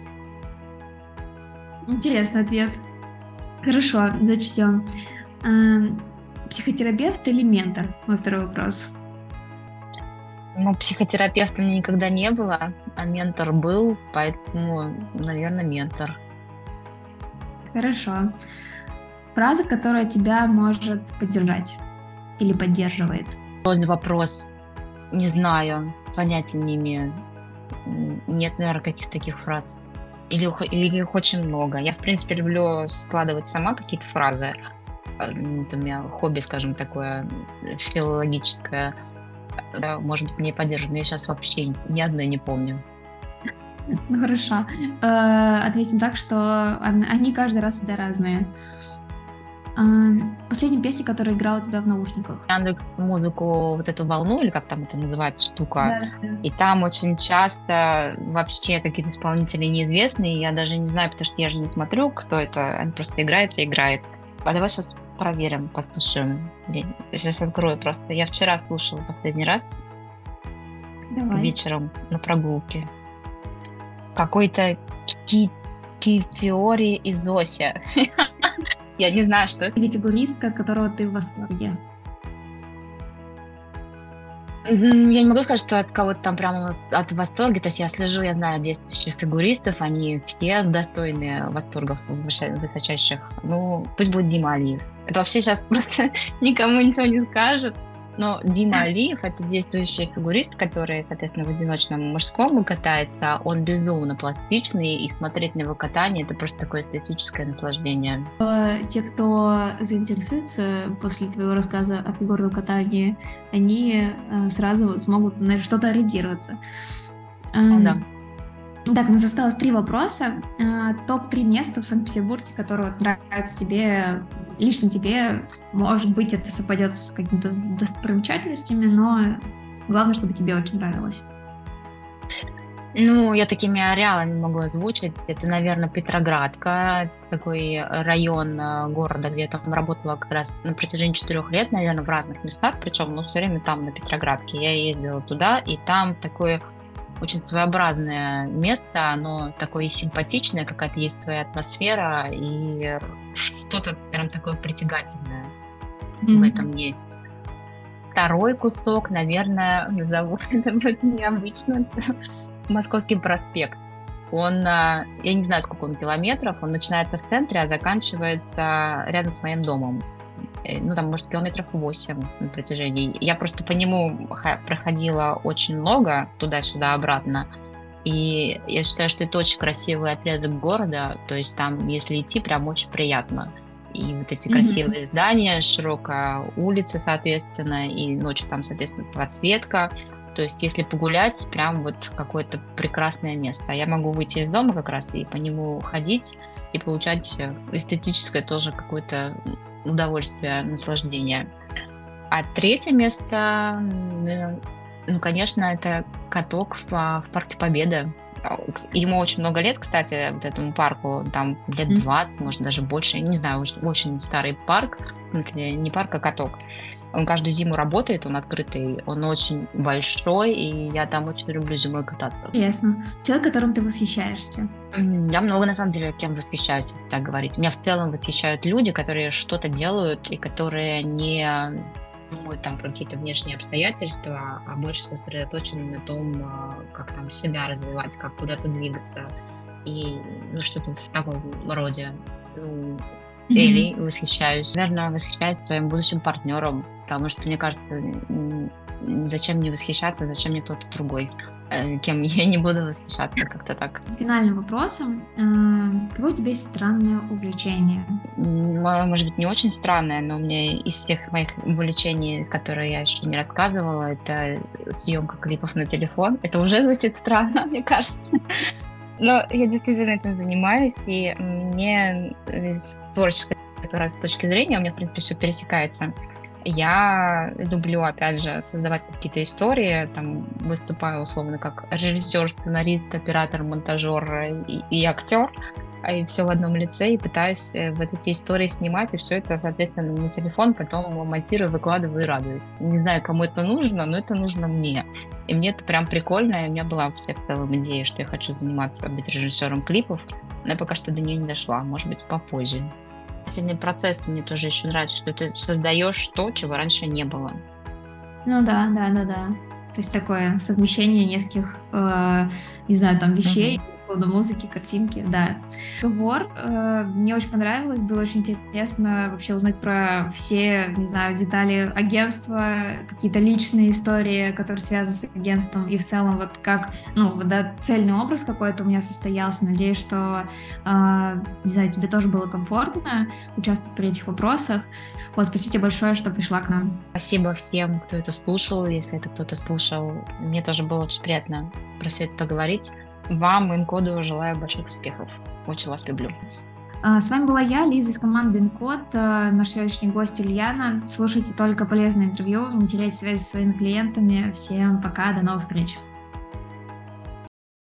S1: Интересный ответ. Хорошо, зачтем. Психотерапевт или ментор? Мой второй вопрос.
S2: Ну, психотерапевта у меня никогда не было, а ментор был, поэтому, наверное, ментор.
S1: Хорошо. Фраза, которая тебя может поддержать или поддерживает.
S2: Сложный вопрос. Не знаю, понятия не имею. Нет, наверное, каких-то таких фраз. Или их очень много. Я, в принципе, люблю складывать сама какие-то фразы. Это у меня хобби, скажем, такое филологическое. Может быть, мне поддерживает, но я сейчас вообще ни одной не помню.
S1: Ну хорошо. Ответим так, что они каждый раз всегда разные. Последняя песня, которая играла у тебя в наушниках.
S2: Яндекс музыку, вот эту волну, или как там это называется штука,
S1: Да.
S2: и там очень часто вообще какие-то исполнители неизвестные, я даже не знаю, потому что я же не смотрю, кто это, они просто играет и играет. А давай сейчас проверим, послушаем. Я сейчас открою просто. Я вчера слушала последний раз
S1: Давай.
S2: вечером на прогулке. Какой-то Фиори и Зося. Я не знаю, что это.
S1: Или фигуристка, от которого ты в восторге.
S2: Я не могу сказать, что от кого-то там прямо от восторга. То есть я слежу, я знаю действующих фигуристов, они все достойны восторгов высочайших. Ну, пусть будет Дима Алиев. Это вообще сейчас просто никому ничего не скажет. Но Дима Алиев — это действующий фигурист, который, соответственно, в одиночном мужском катается. Он безумно пластичный, и смотреть на его катание — это просто такое эстетическое наслаждение.
S1: Те, кто заинтересуется после твоего рассказа о фигурном катании, они сразу смогут на что-то ориентироваться.
S2: Да.
S1: Так, у нас осталось 3 вопроса. Топ-3 места в Санкт-Петербурге, которые нравятся тебе, лично тебе. Может быть, это совпадет с какими-то достопримечательностями, но главное, чтобы тебе очень нравилось.
S2: Ну, я такими ареалами могу озвучить. Это, наверное, Петроградка, такой район города, где я там работала как раз на протяжении 4 лет, наверное, в разных местах, причем, все время там, на Петроградке. Я ездила туда, и там такое очень своеобразное место, оно такое симпатичное, какая-то есть своя атмосфера, и что-то прям такое притягательное в этом есть. Второй кусок, наверное, назову, это будет необычно, Московский проспект. Он, я не знаю, сколько он километров, он начинается в центре, а заканчивается рядом с моим домом. Ну, там, может, километров 8 на протяжении. Я просто по нему проходила очень много, туда-сюда, обратно. И я считаю, что это очень красивый отрезок города. То есть там, если идти, прям очень приятно. И вот эти красивые здания, широкая улица, соответственно, и ночью там, соответственно, подсветка. То есть, если погулять, прям вот какое-то прекрасное место. Я могу выйти из дома как раз и по нему ходить, и получать эстетическое тоже какое-то удовольствие, наслаждение. А третье место, ну, конечно, это каток в Парке Победы. Ему очень много лет, кстати, вот этому парку, там лет 20, может, даже больше, не знаю, очень старый парк, в смысле, не парк, а каток. Он каждую зиму работает, он открытый, он очень большой, и я там очень люблю зимой кататься.
S1: Интересно. Человек, которым ты восхищаешься?
S2: Я много, на самом деле, кем восхищаюсь, если так говорить. Меня в целом восхищают люди, которые что-то делают, и которые думают там про какие-то внешние обстоятельства, а больше сосредоточены на том, как там себя развивать, как куда-то двигаться. И ну, что-то в таком роде. Ну,
S1: Мгм.
S2: Элей восхищаюсь. Наверное, восхищаюсь своим будущим партнером, потому что, мне кажется, зачем мне восхищаться, зачем мне кто-то другой, кем я не буду восхищаться, как-то так.
S1: Финальным вопросом. Какое у тебя есть странное увлечение?
S2: Может быть, не очень странное, но у меня из всех моих увлечений, которые я еще не рассказывала, это съемка клипов на телефон. Это уже звучит странно, мне кажется. Но я действительно этим занимаюсь, и мне с творческой как раз точки зрения у меня, в принципе, все пересекается. Я люблю, опять же, создавать какие-то истории, там, выступаю условно как режиссер, сценарист, оператор, монтажер и актер, и все в одном лице, и пытаюсь вот эти истории снимать, и все это, соответственно, на телефон, потом монтирую, выкладываю и радуюсь. Не знаю, кому это нужно, но это нужно мне. И мне это прям прикольно, и у меня была вообще в целом идея, что я хочу заниматься, быть режиссером клипов, но я пока что до нее не дошла, может быть, попозже. Сильный процесс мне тоже еще нравится, что ты создаешь то, чего раньше не было.
S1: Ну да, да, да, да. То есть такое совмещение нескольких, не знаю, там вещей,
S2: Мгм.
S1: музыки, картинки, да. Разговор мне очень понравилось, было очень интересно вообще узнать про все, не знаю, детали агентства, какие-то личные истории, которые связаны с агентством, и в целом вот как, ну, вот, да, цельный образ какой-то у меня состоялся. Надеюсь, что, не знаю, тебе тоже было комфортно участвовать при этих вопросах. Вот, спасибо тебе большое, что пришла к нам.
S2: Спасибо всем, кто это слушал, если это кто-то слушал. Мне тоже было очень приятно про все это поговорить. Вам, Инкоду, желаю больших успехов. Очень вас люблю.
S1: С вами была я, Лиза из команды Encode, наш сегодняшний гость Ульяна. Слушайте только полезное интервью, не теряйте связи со своими клиентами. Всем пока, до новых встреч.